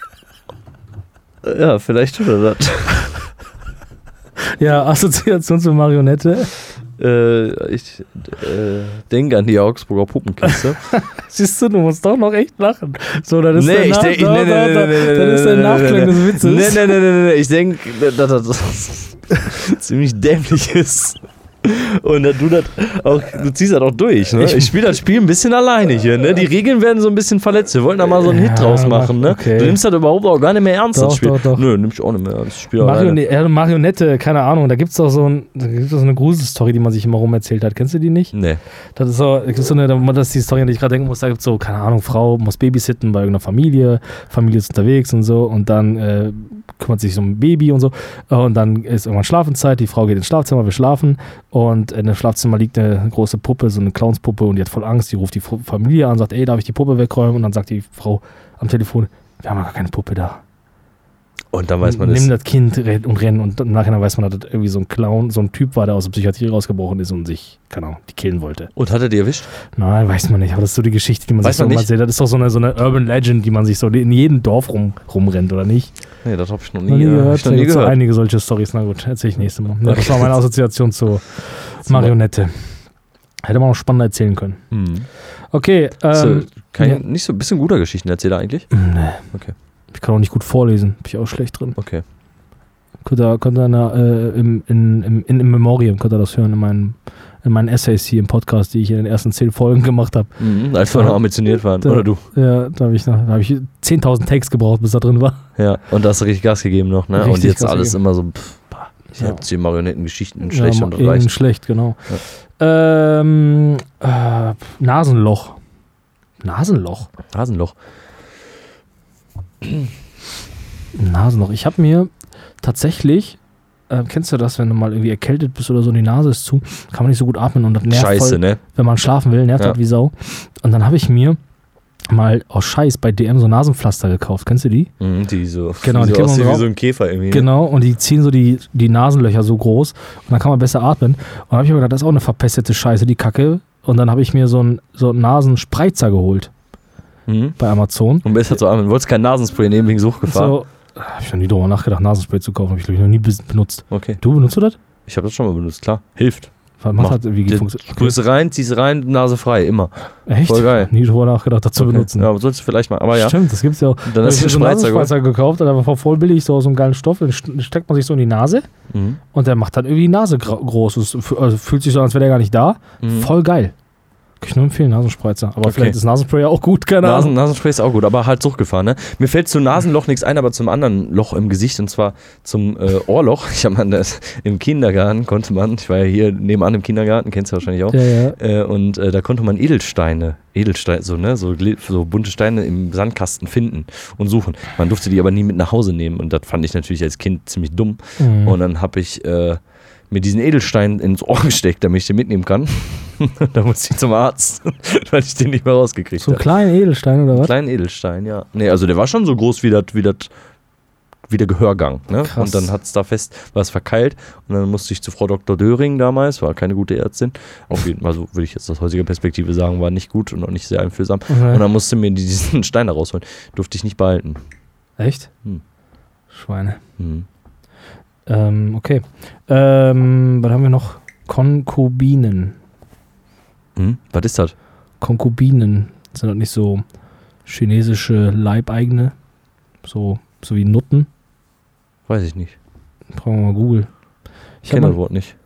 Speaker 3: Ja, vielleicht tut er das.
Speaker 2: Ja, Assoziation zur Marionette.
Speaker 3: Äh, ich äh, denke an die Augsburger Puppenkiste.
Speaker 2: Siehst du, du musst doch noch echt lachen. So, das ist
Speaker 3: nee,
Speaker 2: der
Speaker 3: ich
Speaker 2: Nach-
Speaker 3: denk,
Speaker 2: da,
Speaker 3: nee, nee,
Speaker 2: da,
Speaker 3: nee,
Speaker 2: da,
Speaker 3: nee, nee,
Speaker 2: das ist der
Speaker 3: nee,
Speaker 2: Nachklang
Speaker 3: nee,
Speaker 2: des Witzes.
Speaker 3: Nee, nee, nee, nee, nee, ich denke, dass das ziemlich dämlich ist. Und dass du das auch, du ziehst das auch durch, ne? Ich spiele das Spiel ein bisschen alleine hier, ne? Die Regeln werden so ein bisschen verletzt. Wir wollten da mal so einen
Speaker 2: Ja,
Speaker 3: Hit draus machen, ne?
Speaker 2: okay.
Speaker 3: Du nimmst das überhaupt auch gar nicht mehr ernst,
Speaker 2: Doch,
Speaker 3: das Spiel.
Speaker 2: doch, doch.
Speaker 3: Nö, nimm ich auch nicht mehr ernst. Ich spiele
Speaker 2: Marione-
Speaker 3: alleine.
Speaker 2: ja, Marionette, keine Ahnung, da gibt es doch so, ein, da gibt's doch so eine Gruselstory, die man sich immer rum erzählt hat. Kennst du die nicht?
Speaker 3: Nee.
Speaker 2: Das ist so, das ist so eine, das ist die Story, an die ich gerade denken muss. Da gibt es so, keine Ahnung, Frau muss babysitten bei irgendeiner Familie, Familie ist unterwegs und so und dann äh, kümmert sich so um ein Baby und so und dann ist irgendwann Schlafenszeit, die Frau geht ins Schlafzimmer, wir schlafen und in dem Schlafzimmer liegt eine große Puppe, so eine Clownspuppe und die hat voll Angst, die ruft die Familie an, sagt, ey, darf ich die Puppe wegräumen? Und dann sagt die Frau am Telefon, wir haben ja gar keine Puppe da.
Speaker 3: Und dann weiß man
Speaker 2: Nimm
Speaker 3: das.
Speaker 2: das Kind und rennen und im Nachhinein weiß man, dass das irgendwie so ein Clown, so ein Typ war, der aus der Psychiatrie rausgebrochen ist und sich, keine Ahnung, die killen wollte.
Speaker 3: Und hat er die erwischt?
Speaker 2: Nein, weiß man nicht, aber das ist so die Geschichte, die man
Speaker 3: Weiß
Speaker 2: sich so
Speaker 3: man
Speaker 2: immer
Speaker 3: nicht?
Speaker 2: erzählt. Das ist doch so eine, so eine Urban Legend, die man sich so in jedem Dorf rum, rumrennt, oder nicht?
Speaker 3: Nee, das habe ich noch nie,
Speaker 2: Noch nie
Speaker 3: äh,
Speaker 2: gehört.
Speaker 3: hab ich noch
Speaker 2: Da
Speaker 3: nie
Speaker 2: gibt's so
Speaker 3: gehört.
Speaker 2: einige solche Storys. Na gut, erzähle ich nächstes Mal. Ja, das war meine Assoziation zur Marionette. Hätte man auch spannender erzählen können.
Speaker 3: Mhm.
Speaker 2: Okay, ähm,
Speaker 3: so, kein,
Speaker 2: ja.
Speaker 3: nicht so ein bisschen guter Geschichtenerzähler eigentlich?
Speaker 2: Nee.
Speaker 3: Okay.
Speaker 2: Ich kann auch nicht gut vorlesen. Bin ich auch schlecht drin.
Speaker 3: Okay.
Speaker 2: Könnt ihr, könnt ihr na, äh, im, in, im, in, im Memoriam könnt ihr das hören, in meinen, in meinen Essays hier im Podcast, die ich in den ersten zehn Folgen gemacht habe.
Speaker 3: Mhm, als wir noch ambitioniert waren.
Speaker 2: Da-
Speaker 3: Oder du.
Speaker 2: Ja, da habe ich, noch- da hab ich zehntausend Takes gebraucht, bis da drin war.
Speaker 3: Ja, und da hast du richtig Gas gegeben noch, ne?
Speaker 2: Richtig
Speaker 3: und jetzt
Speaker 2: Gas
Speaker 3: alles
Speaker 2: gegeben.
Speaker 3: immer so, pff, bah, ich
Speaker 2: Ja.
Speaker 3: hab die Marionettengeschichten schlecht
Speaker 2: ja,
Speaker 3: und das
Speaker 2: eben
Speaker 3: reicht.
Speaker 2: schlecht, genau. Ähm, äh, Nasenloch. Nasenloch?
Speaker 3: Nasenloch.
Speaker 2: Nasenloch. Ich habe mir tatsächlich, äh, kennst du das, wenn du mal irgendwie erkältet bist oder so, die Nase ist zu, kann man nicht so gut atmen und das nervt
Speaker 3: Scheiße,
Speaker 2: voll,
Speaker 3: ne?
Speaker 2: wenn man schlafen will, nervt
Speaker 3: Ja.
Speaker 2: halt wie Sau. Und dann habe ich mir mal aus Scheiß bei D M so Nasenpflaster gekauft. Kennst du die?
Speaker 3: Mhm, die so,
Speaker 2: Genau,
Speaker 3: die
Speaker 2: die
Speaker 3: so
Speaker 2: kleben
Speaker 3: aussehen
Speaker 2: wir
Speaker 3: wie
Speaker 2: drauf.
Speaker 3: so ein Käfer irgendwie. Ne?
Speaker 2: Genau, und die ziehen so die, die Nasenlöcher so groß und dann kann man besser atmen. Und dann habe ich mir gedacht, das ist auch eine verpestete Scheiße, die Kacke. Und dann habe ich mir so einen so einen Nasenspreizer geholt
Speaker 3: Mhm.
Speaker 2: bei Amazon.
Speaker 3: Und besser zu atmen. Wolltest kein Nasenspray nehmen wegen Suchtgefahr?
Speaker 2: So, habe ich noch nie drüber nachgedacht, Nasenspray zu kaufen. Habe ich, glaube ich, noch nie bes- benutzt.
Speaker 3: Okay.
Speaker 2: Du, benutzt du das?
Speaker 3: Ich habe das schon mal benutzt, klar. Hilft.
Speaker 2: Was macht
Speaker 3: Macht-
Speaker 2: das? Wie
Speaker 3: Die-
Speaker 2: funktioniert
Speaker 3: Grüße rein, ziehst rein, Nase frei, immer.
Speaker 2: Echt?
Speaker 3: voll geil.
Speaker 2: Nie drüber nachgedacht, das zu
Speaker 3: Okay.
Speaker 2: benutzen.
Speaker 3: Ja, aber sollst du vielleicht mal. Aber ja,
Speaker 2: Stimmt, das gibt's ja auch.
Speaker 3: dann
Speaker 2: Da
Speaker 3: hast
Speaker 2: habe
Speaker 3: du
Speaker 2: ich
Speaker 3: einen
Speaker 2: so einen
Speaker 3: Spreizer geholt.
Speaker 2: Nasenspreizer gekauft, der war voll billig, so aus so einem geilen Stoff. Den st- steckt man sich so in die Nase
Speaker 3: Mhm.
Speaker 2: und der macht dann irgendwie die Nase gra- groß. Es f- also fühlt sich so an, als wäre der gar nicht da.
Speaker 3: Mhm.
Speaker 2: Voll geil. Kann ich nur empfehlen, Nasenspreizer. Aber
Speaker 3: Okay.
Speaker 2: vielleicht ist Nasenspray ja auch gut, keine
Speaker 3: Nasen,
Speaker 2: Ahnung.
Speaker 3: Nasenspray ist auch gut, aber halt Suchtgefahr, ne? Mir fällt zu Nasenloch nichts ein, aber zum anderen Loch im Gesicht und zwar zum äh, Ohrloch. Ich habe das im Kindergarten konnte man, ich war ja hier nebenan im Kindergarten, kennst du wahrscheinlich auch.
Speaker 2: Ja, ja.
Speaker 3: Äh, und äh, da konnte man Edelsteine, Edelsteine, so, ne, so, gl- so bunte Steine im Sandkasten finden und suchen. Man durfte die aber nie mit nach Hause nehmen und das fand ich natürlich als Kind ziemlich dumm.
Speaker 2: Mhm.
Speaker 3: Und dann habe ich äh, mir diesen Edelstein ins Ohr gesteckt, damit ich den mitnehmen kann. Da musste ich zum Arzt, weil ich den nicht mehr rausgekriegt
Speaker 2: So einen
Speaker 3: habe.
Speaker 2: kleinen Edelstein oder
Speaker 3: Einen
Speaker 2: was?
Speaker 3: kleinen Edelstein, ja. Nee, also der war schon so groß wie das wie das wie der Gehörgang, ne?
Speaker 2: Krass.
Speaker 3: Und dann hat es da fest, war es verkeilt und dann musste ich zu Frau Doktor Döring damals, war keine gute Ärztin. Auf jeden Fall, so würde ich jetzt aus heutiger Perspektive sagen, war nicht gut und auch nicht sehr einfühlsam.
Speaker 2: Okay.
Speaker 3: Und dann musste mir die diesen Stein da rausholen. Durfte ich nicht behalten.
Speaker 2: Echt?
Speaker 3: Hm.
Speaker 2: Schweine.
Speaker 3: Hm.
Speaker 2: Ähm, okay. Ähm, was haben wir noch? Konkubinen.
Speaker 3: Hm? Was ist das?
Speaker 2: Konkubinen. Sind das nicht so chinesische Leibeigene? So, so wie Nutten?
Speaker 3: Weiß ich nicht.
Speaker 2: Brauchen wir mal Google.
Speaker 3: Ich
Speaker 2: Ich habe
Speaker 3: kenne das
Speaker 2: mal
Speaker 3: Wort nicht.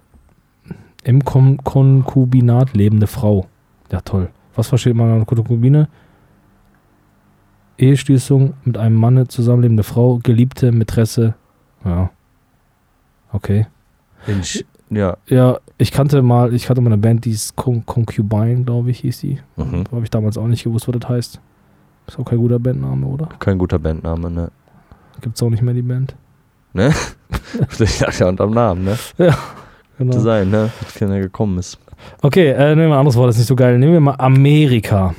Speaker 2: im Kon Konkubinat lebende Frau. Ja, toll. Was versteht man an Konkubine? Eheschließung mit einem Manne zusammenlebende Frau, Geliebte, Mätresse, Ja. Okay.
Speaker 3: In Sch- ja.
Speaker 2: Ja, ich kannte mal, ich kannte mal eine Band, die ist Con- Concubine, glaube ich, hieß die.
Speaker 3: Mhm.
Speaker 2: Habe ich damals auch nicht gewusst, was das heißt. Ist auch kein guter Bandname, oder?
Speaker 3: Kein guter Bandname, ne?
Speaker 2: Gibt's auch nicht mehr die Band.
Speaker 3: Ne? Ich dachte ja unterm Namen, ne?
Speaker 2: Ja, genau.
Speaker 3: Zu sein, ne? Dass keiner gekommen ist.
Speaker 2: Okay, äh, nehmen wir ein anderes Wort, das ist nicht so geil. Nehmen wir mal Amerika.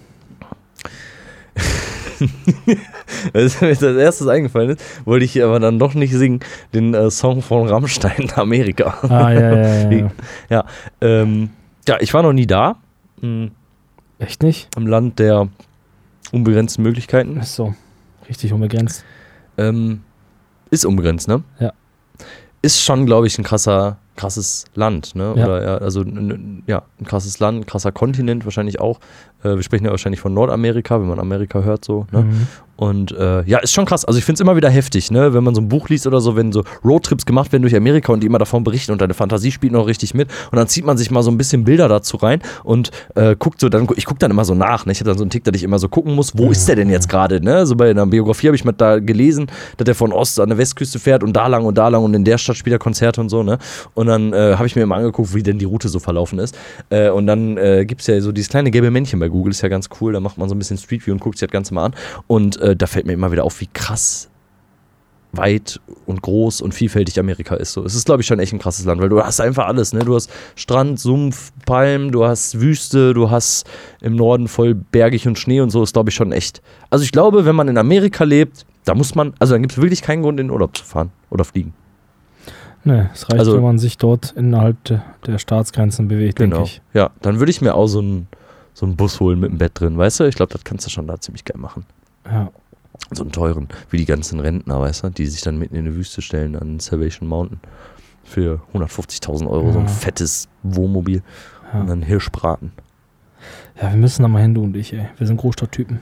Speaker 3: Als mir das erstes eingefallen ist, wollte ich aber dann doch nicht singen, den äh, Song von Rammstein, Amerika.
Speaker 2: Ah, ja, ja, ja. Ja,
Speaker 3: ja, ähm, ja, ich war noch nie da. Mhm.
Speaker 2: Echt nicht?
Speaker 3: Im Land der unbegrenzten Möglichkeiten.
Speaker 2: Ist so. Richtig unbegrenzt.
Speaker 3: Ähm, ist unbegrenzt, ne?
Speaker 2: Ja.
Speaker 3: Ist schon, glaube ich, ein krasser, krasses Land, ne?
Speaker 2: Ja.
Speaker 3: Oder ja, also n- n- ja, ein krasses Land, ein krasser Kontinent wahrscheinlich auch. Äh, wir sprechen ja wahrscheinlich von Nordamerika, wenn man Amerika hört, so, ne?
Speaker 2: Mhm.
Speaker 3: Und äh, ja, ist schon krass. Also ich finde es immer wieder heftig, ne? Wenn man so ein Buch liest oder so, wenn so Roadtrips gemacht werden durch Amerika und die immer davon berichten und deine Fantasie spielt noch richtig mit. Und dann zieht man sich mal so ein bisschen Bilder dazu rein und äh, guckt so, dann, ich gucke dann immer so nach, ne? Ich habe dann so einen Tick, dass ich immer so gucken muss, wo ist der denn jetzt gerade, ne? So bei einer Biografie habe ich mal da gelesen, dass der von Ost an der Westküste fährt und da lang und da lang und in der Stadt spielt er Konzerte und so, ne? Und dann äh, habe ich mir immer angeguckt, wie denn die Route so verlaufen ist. Äh, und dann äh, gibt es ja so dieses kleine gelbe Männchen bei Google, ist ja ganz cool, da macht man so ein bisschen Street View und guckt sich das Ganze mal an. Und äh, da fällt mir immer wieder auf, wie krass weit und groß und vielfältig Amerika ist. So, es ist, glaube ich, schon echt ein krasses Land, weil du hast einfach alles, ne? Du hast Strand, Sumpf, Palmen, du hast Wüste, du hast im Norden voll bergig und Schnee und so, ist, glaube ich, schon echt. Also ich glaube, wenn man in Amerika lebt, da muss man, also dann gibt es wirklich keinen Grund, in den Urlaub zu fahren oder fliegen.
Speaker 2: Ne, es reicht,
Speaker 3: Also-
Speaker 2: wenn man sich dort innerhalb de, der Staatsgrenzen bewegt,
Speaker 3: Genau.
Speaker 2: denke ich.
Speaker 3: Ja, dann würde ich mir auch so einen so einen Bus holen mit einem Bett drin, weißt du? Ich glaube, das kannst du schon da ziemlich geil machen.
Speaker 2: Ja.
Speaker 3: So einen teuren, wie die ganzen Rentner, weißt du, die sich dann mitten in die Wüste stellen an Salvation Mountain für hundertfünfzigtausend Euro,
Speaker 2: Ja.
Speaker 3: so ein fettes Wohnmobil
Speaker 2: Ja.
Speaker 3: und dann Hirschbraten.
Speaker 2: Ja, wir müssen da mal hin, du und ich, ey. Wir sind Großstadttypen.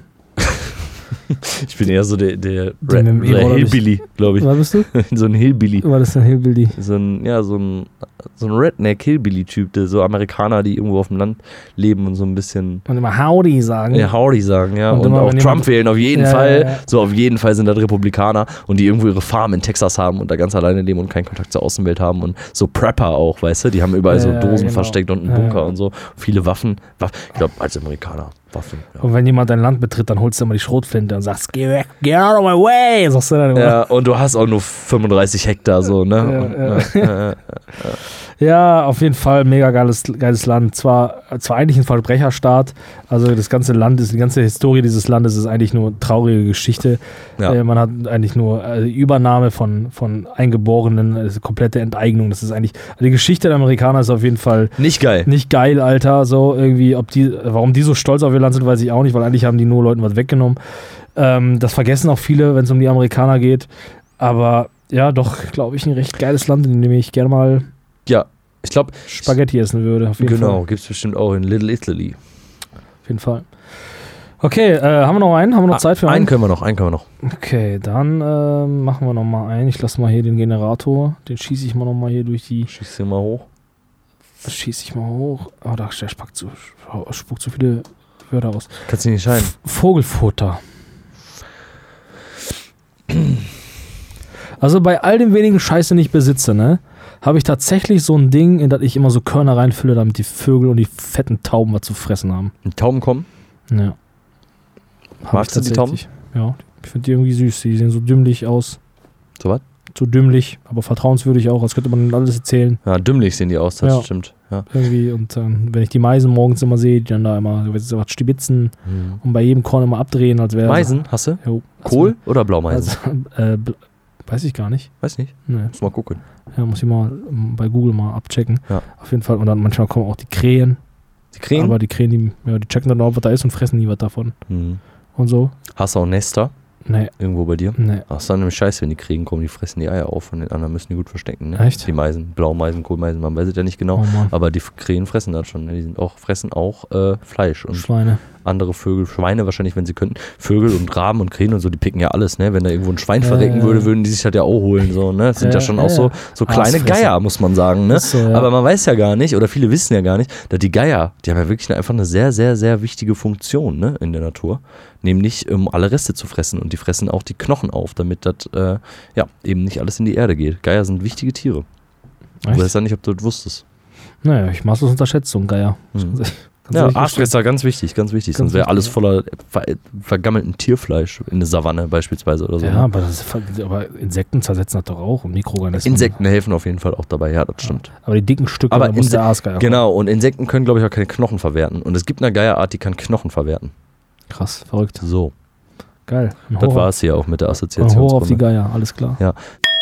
Speaker 3: Ich bin eher so der, der,
Speaker 2: Die
Speaker 3: Red,
Speaker 2: mit dem
Speaker 3: der
Speaker 2: E-Roller
Speaker 3: Hillbilly, glaube ich.
Speaker 2: Was bist du?
Speaker 3: So ein Hillbilly.
Speaker 2: War das denn Hillbilly?
Speaker 3: So ein, ja, so ein, so ein Redneck-Hillbilly-Typ, der so Amerikaner, die irgendwo auf dem Land leben und so ein bisschen
Speaker 2: Und immer Howdy sagen.
Speaker 3: ja, Howdy sagen, ja.
Speaker 2: Und
Speaker 3: Und,
Speaker 2: immer,
Speaker 3: auch
Speaker 2: wenn
Speaker 3: Trump
Speaker 2: jemand-
Speaker 3: wählen, auf jeden
Speaker 2: Ja,
Speaker 3: Fall.
Speaker 2: ja, ja.
Speaker 3: So, auf jeden Fall sind das Republikaner und die irgendwo ihre Farm in Texas haben und da ganz alleine leben und keinen Kontakt zur Außenwelt haben. Und so Prepper auch, weißt du? Die haben überall so
Speaker 2: Ja,
Speaker 3: Dosen
Speaker 2: genau.
Speaker 3: versteckt und einen
Speaker 2: Ja,
Speaker 3: Bunker
Speaker 2: ja.
Speaker 3: und so. Viele Waffen. Waff- Ich glaube, als Amerikaner Waffen. Ja.
Speaker 2: Und wenn jemand dein Land betritt, dann holst du immer die Schrotflinte und sagst, geh weg, get out of my way, sagst du dann immer.
Speaker 3: Ja, und du hast auch nur fünfunddreißig Hektar, so, ne?
Speaker 2: Ja,
Speaker 3: und,
Speaker 2: ja.
Speaker 3: ja, ja.
Speaker 2: Ja, auf jeden Fall mega geiles, geiles Land. Zwar, zwar eigentlich ein Verbrecherstaat, also das ganze Land, ist, die ganze Historie dieses Landes ist eigentlich nur eine traurige Geschichte.
Speaker 3: Ja.
Speaker 2: Äh, man hat eigentlich nur äh, die Übernahme von, von Eingeborenen, also komplette Enteignung. Das ist eigentlich, also die Geschichte der Amerikaner ist auf jeden Fall
Speaker 3: Nicht geil.
Speaker 2: nicht geil, Alter. So irgendwie, ob die, warum die so stolz auf ihr Land sind, weiß ich auch nicht, weil eigentlich haben die nur Leuten was weggenommen. Ähm, das vergessen auch viele, wenn es um die Amerikaner geht. Aber ja, doch, glaube ich, ein recht geiles Land, in dem ich gerne mal
Speaker 3: Ja, ich glaube,
Speaker 2: Spaghetti essen würde. Auf jeden
Speaker 3: genau,
Speaker 2: Fall.
Speaker 3: gibt es bestimmt auch in Little Italy.
Speaker 2: Auf jeden Fall. Okay, äh, haben wir noch einen? Haben wir noch Zeit für
Speaker 3: einen?
Speaker 2: einen?
Speaker 3: können wir noch, einen können wir noch.
Speaker 2: Okay, dann äh, machen wir noch mal einen. Ich lasse mal hier den Generator. Den schieße ich mal noch mal hier durch die.
Speaker 3: Schieß den mal hoch.
Speaker 2: Schieße ich mal hoch. Oh, da der spuckt so, spuckt so viele Wörter aus.
Speaker 3: Kannst du nicht entscheiden.
Speaker 2: Vogelfutter. Also bei all dem wenigen Scheiß, den ich besitze, ne, habe ich tatsächlich so ein Ding, in das ich immer so Körner reinfülle, damit die Vögel und die fetten Tauben was zu fressen haben.
Speaker 3: Die Tauben kommen.
Speaker 2: Ja. Hab
Speaker 3: Magst
Speaker 2: ich
Speaker 3: du die Tauben?
Speaker 2: tatsächlich. Ja, ich finde die irgendwie süß. Die sehen so dümmlich aus.
Speaker 3: So was?
Speaker 2: So dümmlich, aber vertrauenswürdig auch, als könnte man alles erzählen.
Speaker 3: Ja, dümmlich sehen die aus, das
Speaker 2: Ja.
Speaker 3: stimmt. Ja.
Speaker 2: Irgendwie. Und ähm, wenn ich die Meisen morgens immer sehe, die dann da immer so was stibitzen
Speaker 3: Mhm.
Speaker 2: und bei jedem Korn immer abdrehen, als wäre.
Speaker 3: Meisen, hast du?
Speaker 2: Jo,
Speaker 3: Kohl oder Blaumeisen?
Speaker 2: Also, äh, bl- weiß ich gar nicht.
Speaker 3: Weiß nicht.
Speaker 2: Nee.
Speaker 3: Muss mal gucken.
Speaker 2: Ja, muss ich mal ähm, bei Google mal abchecken.
Speaker 3: Ja.
Speaker 2: Auf jeden Fall. Und dann manchmal kommen auch die Krähen.
Speaker 3: Die Krähen?
Speaker 2: Aber die Krähen, die, ja, die checken dann auch, was da ist und fressen nie was davon.
Speaker 3: Mhm.
Speaker 2: Und so.
Speaker 3: Hast du auch Nester
Speaker 2: Nee,
Speaker 3: irgendwo bei dir?
Speaker 2: nee.
Speaker 3: Ach, ist dann nämlich scheiße, wenn die Krähen kommen, die fressen die Eier auf und den anderen müssen die gut verstecken. Ne?
Speaker 2: Echt?
Speaker 3: Die Meisen, Blaumeisen, Kohlmeisen, man weiß es ja nicht genau.
Speaker 2: Oh Mann.
Speaker 3: Aber die Krähen fressen das schon. Ne? Die sind auch, fressen auch äh, Fleisch und
Speaker 2: Schweine.
Speaker 3: andere Vögel, Schweine wahrscheinlich, wenn sie könnten. Vögel und Raben und Krähen und so, die picken ja alles, ne? Wenn da irgendwo ein Schwein verrecken äh, würde, würden die sich das ja auch holen, so, ne? Das sind äh, ja schon äh, auch so, so kleine Geier, muss man sagen, ne? So, ja. Aber man weiß ja gar nicht, oder viele wissen ja gar nicht, dass die Geier, die haben ja wirklich einfach eine sehr, sehr, sehr wichtige Funktion, ne? In der Natur. Nämlich, um alle Reste zu fressen. Und die fressen auch die Knochen auf, damit das, äh, ja, eben nicht alles in die Erde geht. Geier sind wichtige Tiere. Echt? Ich weiß ja nicht, ob du das wusstest.
Speaker 2: Naja, ich mache es unterschätzt, so ein Geier.
Speaker 3: Mhm. Ja, Arschfresser, ganz wichtig, ganz wichtig. Sonst wäre alles voller ver vergammelten Tierfleisch in der Savanne beispielsweise oder so.
Speaker 2: Ja, aber, das ist, aber Insekten zersetzen das doch auch und Mikroorganismen.
Speaker 3: Insekten helfen auf jeden Fall auch dabei, ja, das stimmt.
Speaker 2: Aber die dicken Stücke,
Speaker 3: aber
Speaker 2: da muss der Aasgeier.
Speaker 3: Genau, und Insekten können, glaube ich, auch keine Knochen verwerten. Und es gibt eine Geierart, die kann Knochen verwerten.
Speaker 2: Krass, verrückt.
Speaker 3: So.
Speaker 2: Geil.
Speaker 3: Das war es hier auch mit der Assoziation.
Speaker 2: Hoch auf die Geier, alles klar.
Speaker 3: Ja.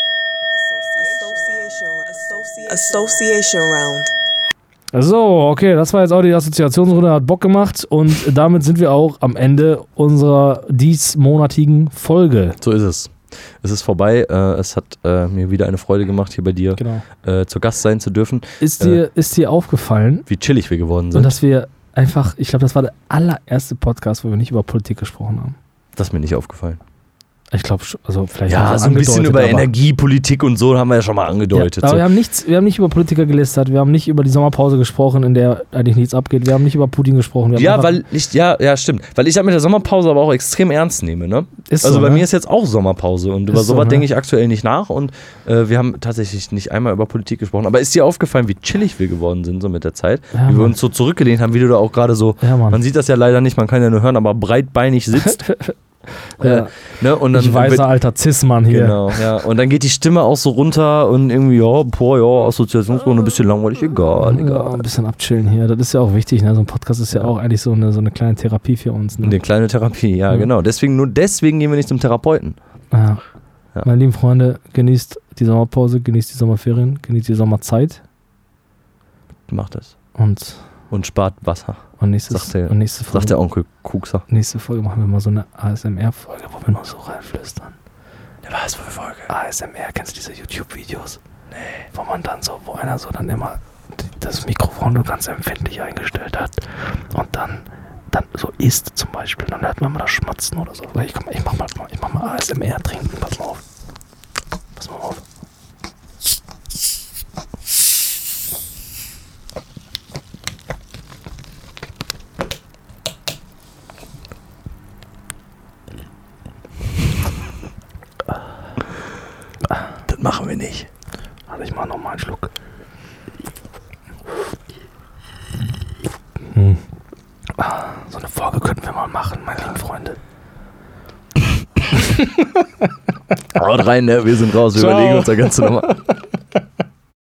Speaker 1: Association Round.
Speaker 2: So, okay, das war jetzt auch die Assoziationsrunde, hat Bock gemacht und damit sind wir auch am Ende unserer diesmonatigen Folge.
Speaker 3: So ist es. Es ist vorbei. Äh, es hat äh, mir wieder eine Freude gemacht, hier bei dir
Speaker 2: genau.
Speaker 3: äh, zu Gast sein zu dürfen.
Speaker 2: Ist dir, äh, ist dir aufgefallen,
Speaker 3: wie chillig wir geworden sind?
Speaker 2: Und dass wir einfach, ich glaube, das war der allererste Podcast, wo wir nicht über Politik gesprochen haben.
Speaker 3: Das ist mir nicht aufgefallen.
Speaker 2: Ich glaube, also vielleicht
Speaker 3: ja, so ein bisschen über Energiepolitik und so haben wir ja schon mal angedeutet.
Speaker 2: Ja, aber
Speaker 3: so.
Speaker 2: wir haben nichts, wir haben nicht über Politiker gelästert, wir haben nicht über die Sommerpause gesprochen, in der eigentlich nichts abgeht, wir haben nicht über Putin gesprochen. Wir
Speaker 3: ja, weil ich, ja, ja, stimmt. Weil ich das mit der Sommerpause aber auch extrem ernst nehme, ne?
Speaker 2: Ist
Speaker 3: also
Speaker 2: so,
Speaker 3: bei
Speaker 2: ne?
Speaker 3: mir ist jetzt auch Sommerpause und über
Speaker 2: ist
Speaker 3: sowas
Speaker 2: so,
Speaker 3: denke
Speaker 2: ne?
Speaker 3: ich aktuell nicht nach und äh, wir haben tatsächlich nicht einmal über Politik gesprochen. Aber ist dir aufgefallen, wie chillig wir geworden sind so mit der Zeit?
Speaker 2: Ja,
Speaker 3: wie wir uns so zurückgelehnt haben, wie du da auch gerade so,
Speaker 2: ja,
Speaker 3: man sieht das ja leider nicht, man kann ja nur hören, aber breitbeinig sitzt.
Speaker 2: Ja.
Speaker 3: Äh, ne? Und dann
Speaker 2: ich weißer alter Cis-Mann hier.
Speaker 3: Genau, ja. Und dann geht die Stimme auch so runter und irgendwie, ja, boah, ja, Assoziationsrunde, ein bisschen langweilig, egal, egal.
Speaker 2: Ja, ein bisschen abchillen hier, das ist ja auch wichtig, ne? So ein Podcast ist ja, ja auch eigentlich so eine, so eine kleine Therapie für uns. Ne?
Speaker 3: Eine kleine Therapie, ja, ja, genau. Deswegen, nur deswegen gehen wir nicht zum Therapeuten.
Speaker 2: Ja.
Speaker 3: Ja.
Speaker 2: Meine lieben Freunde, genießt die Sommerpause, genießt die Sommerferien, genießt die Sommerzeit.
Speaker 3: Macht das.
Speaker 2: Und,
Speaker 3: und spart Wasser.
Speaker 2: Und, nächstes,
Speaker 3: sagt, der,
Speaker 2: und nächste Folge,
Speaker 3: sagt der Onkel Kuxer.
Speaker 2: Nächste Folge machen wir mal so eine A S M R-Folge, wo wir nur so reinflüstern.
Speaker 3: Ja, was für eine Folge?
Speaker 2: A S M R, kennst du diese YouTube-Videos? Nee. Wo man dann so, wo einer so dann immer das Mikrofon nur ganz empfindlich eingestellt hat und dann, dann so isst zum Beispiel, dann hört man mal das Schmatzen oder so. Ich, komm, ich, mach mal, ich mach mal A S M R trinken, pass mal auf. Pass mal auf.
Speaker 3: Das machen wir nicht.
Speaker 2: Also ich mach noch mal einen Schluck. Hm. So eine Folge könnten wir mal machen, meine lieben Freunde.
Speaker 3: Haut rein, ne? Wir sind raus, wir
Speaker 2: Ciao.
Speaker 3: überlegen uns da ganz nochmal.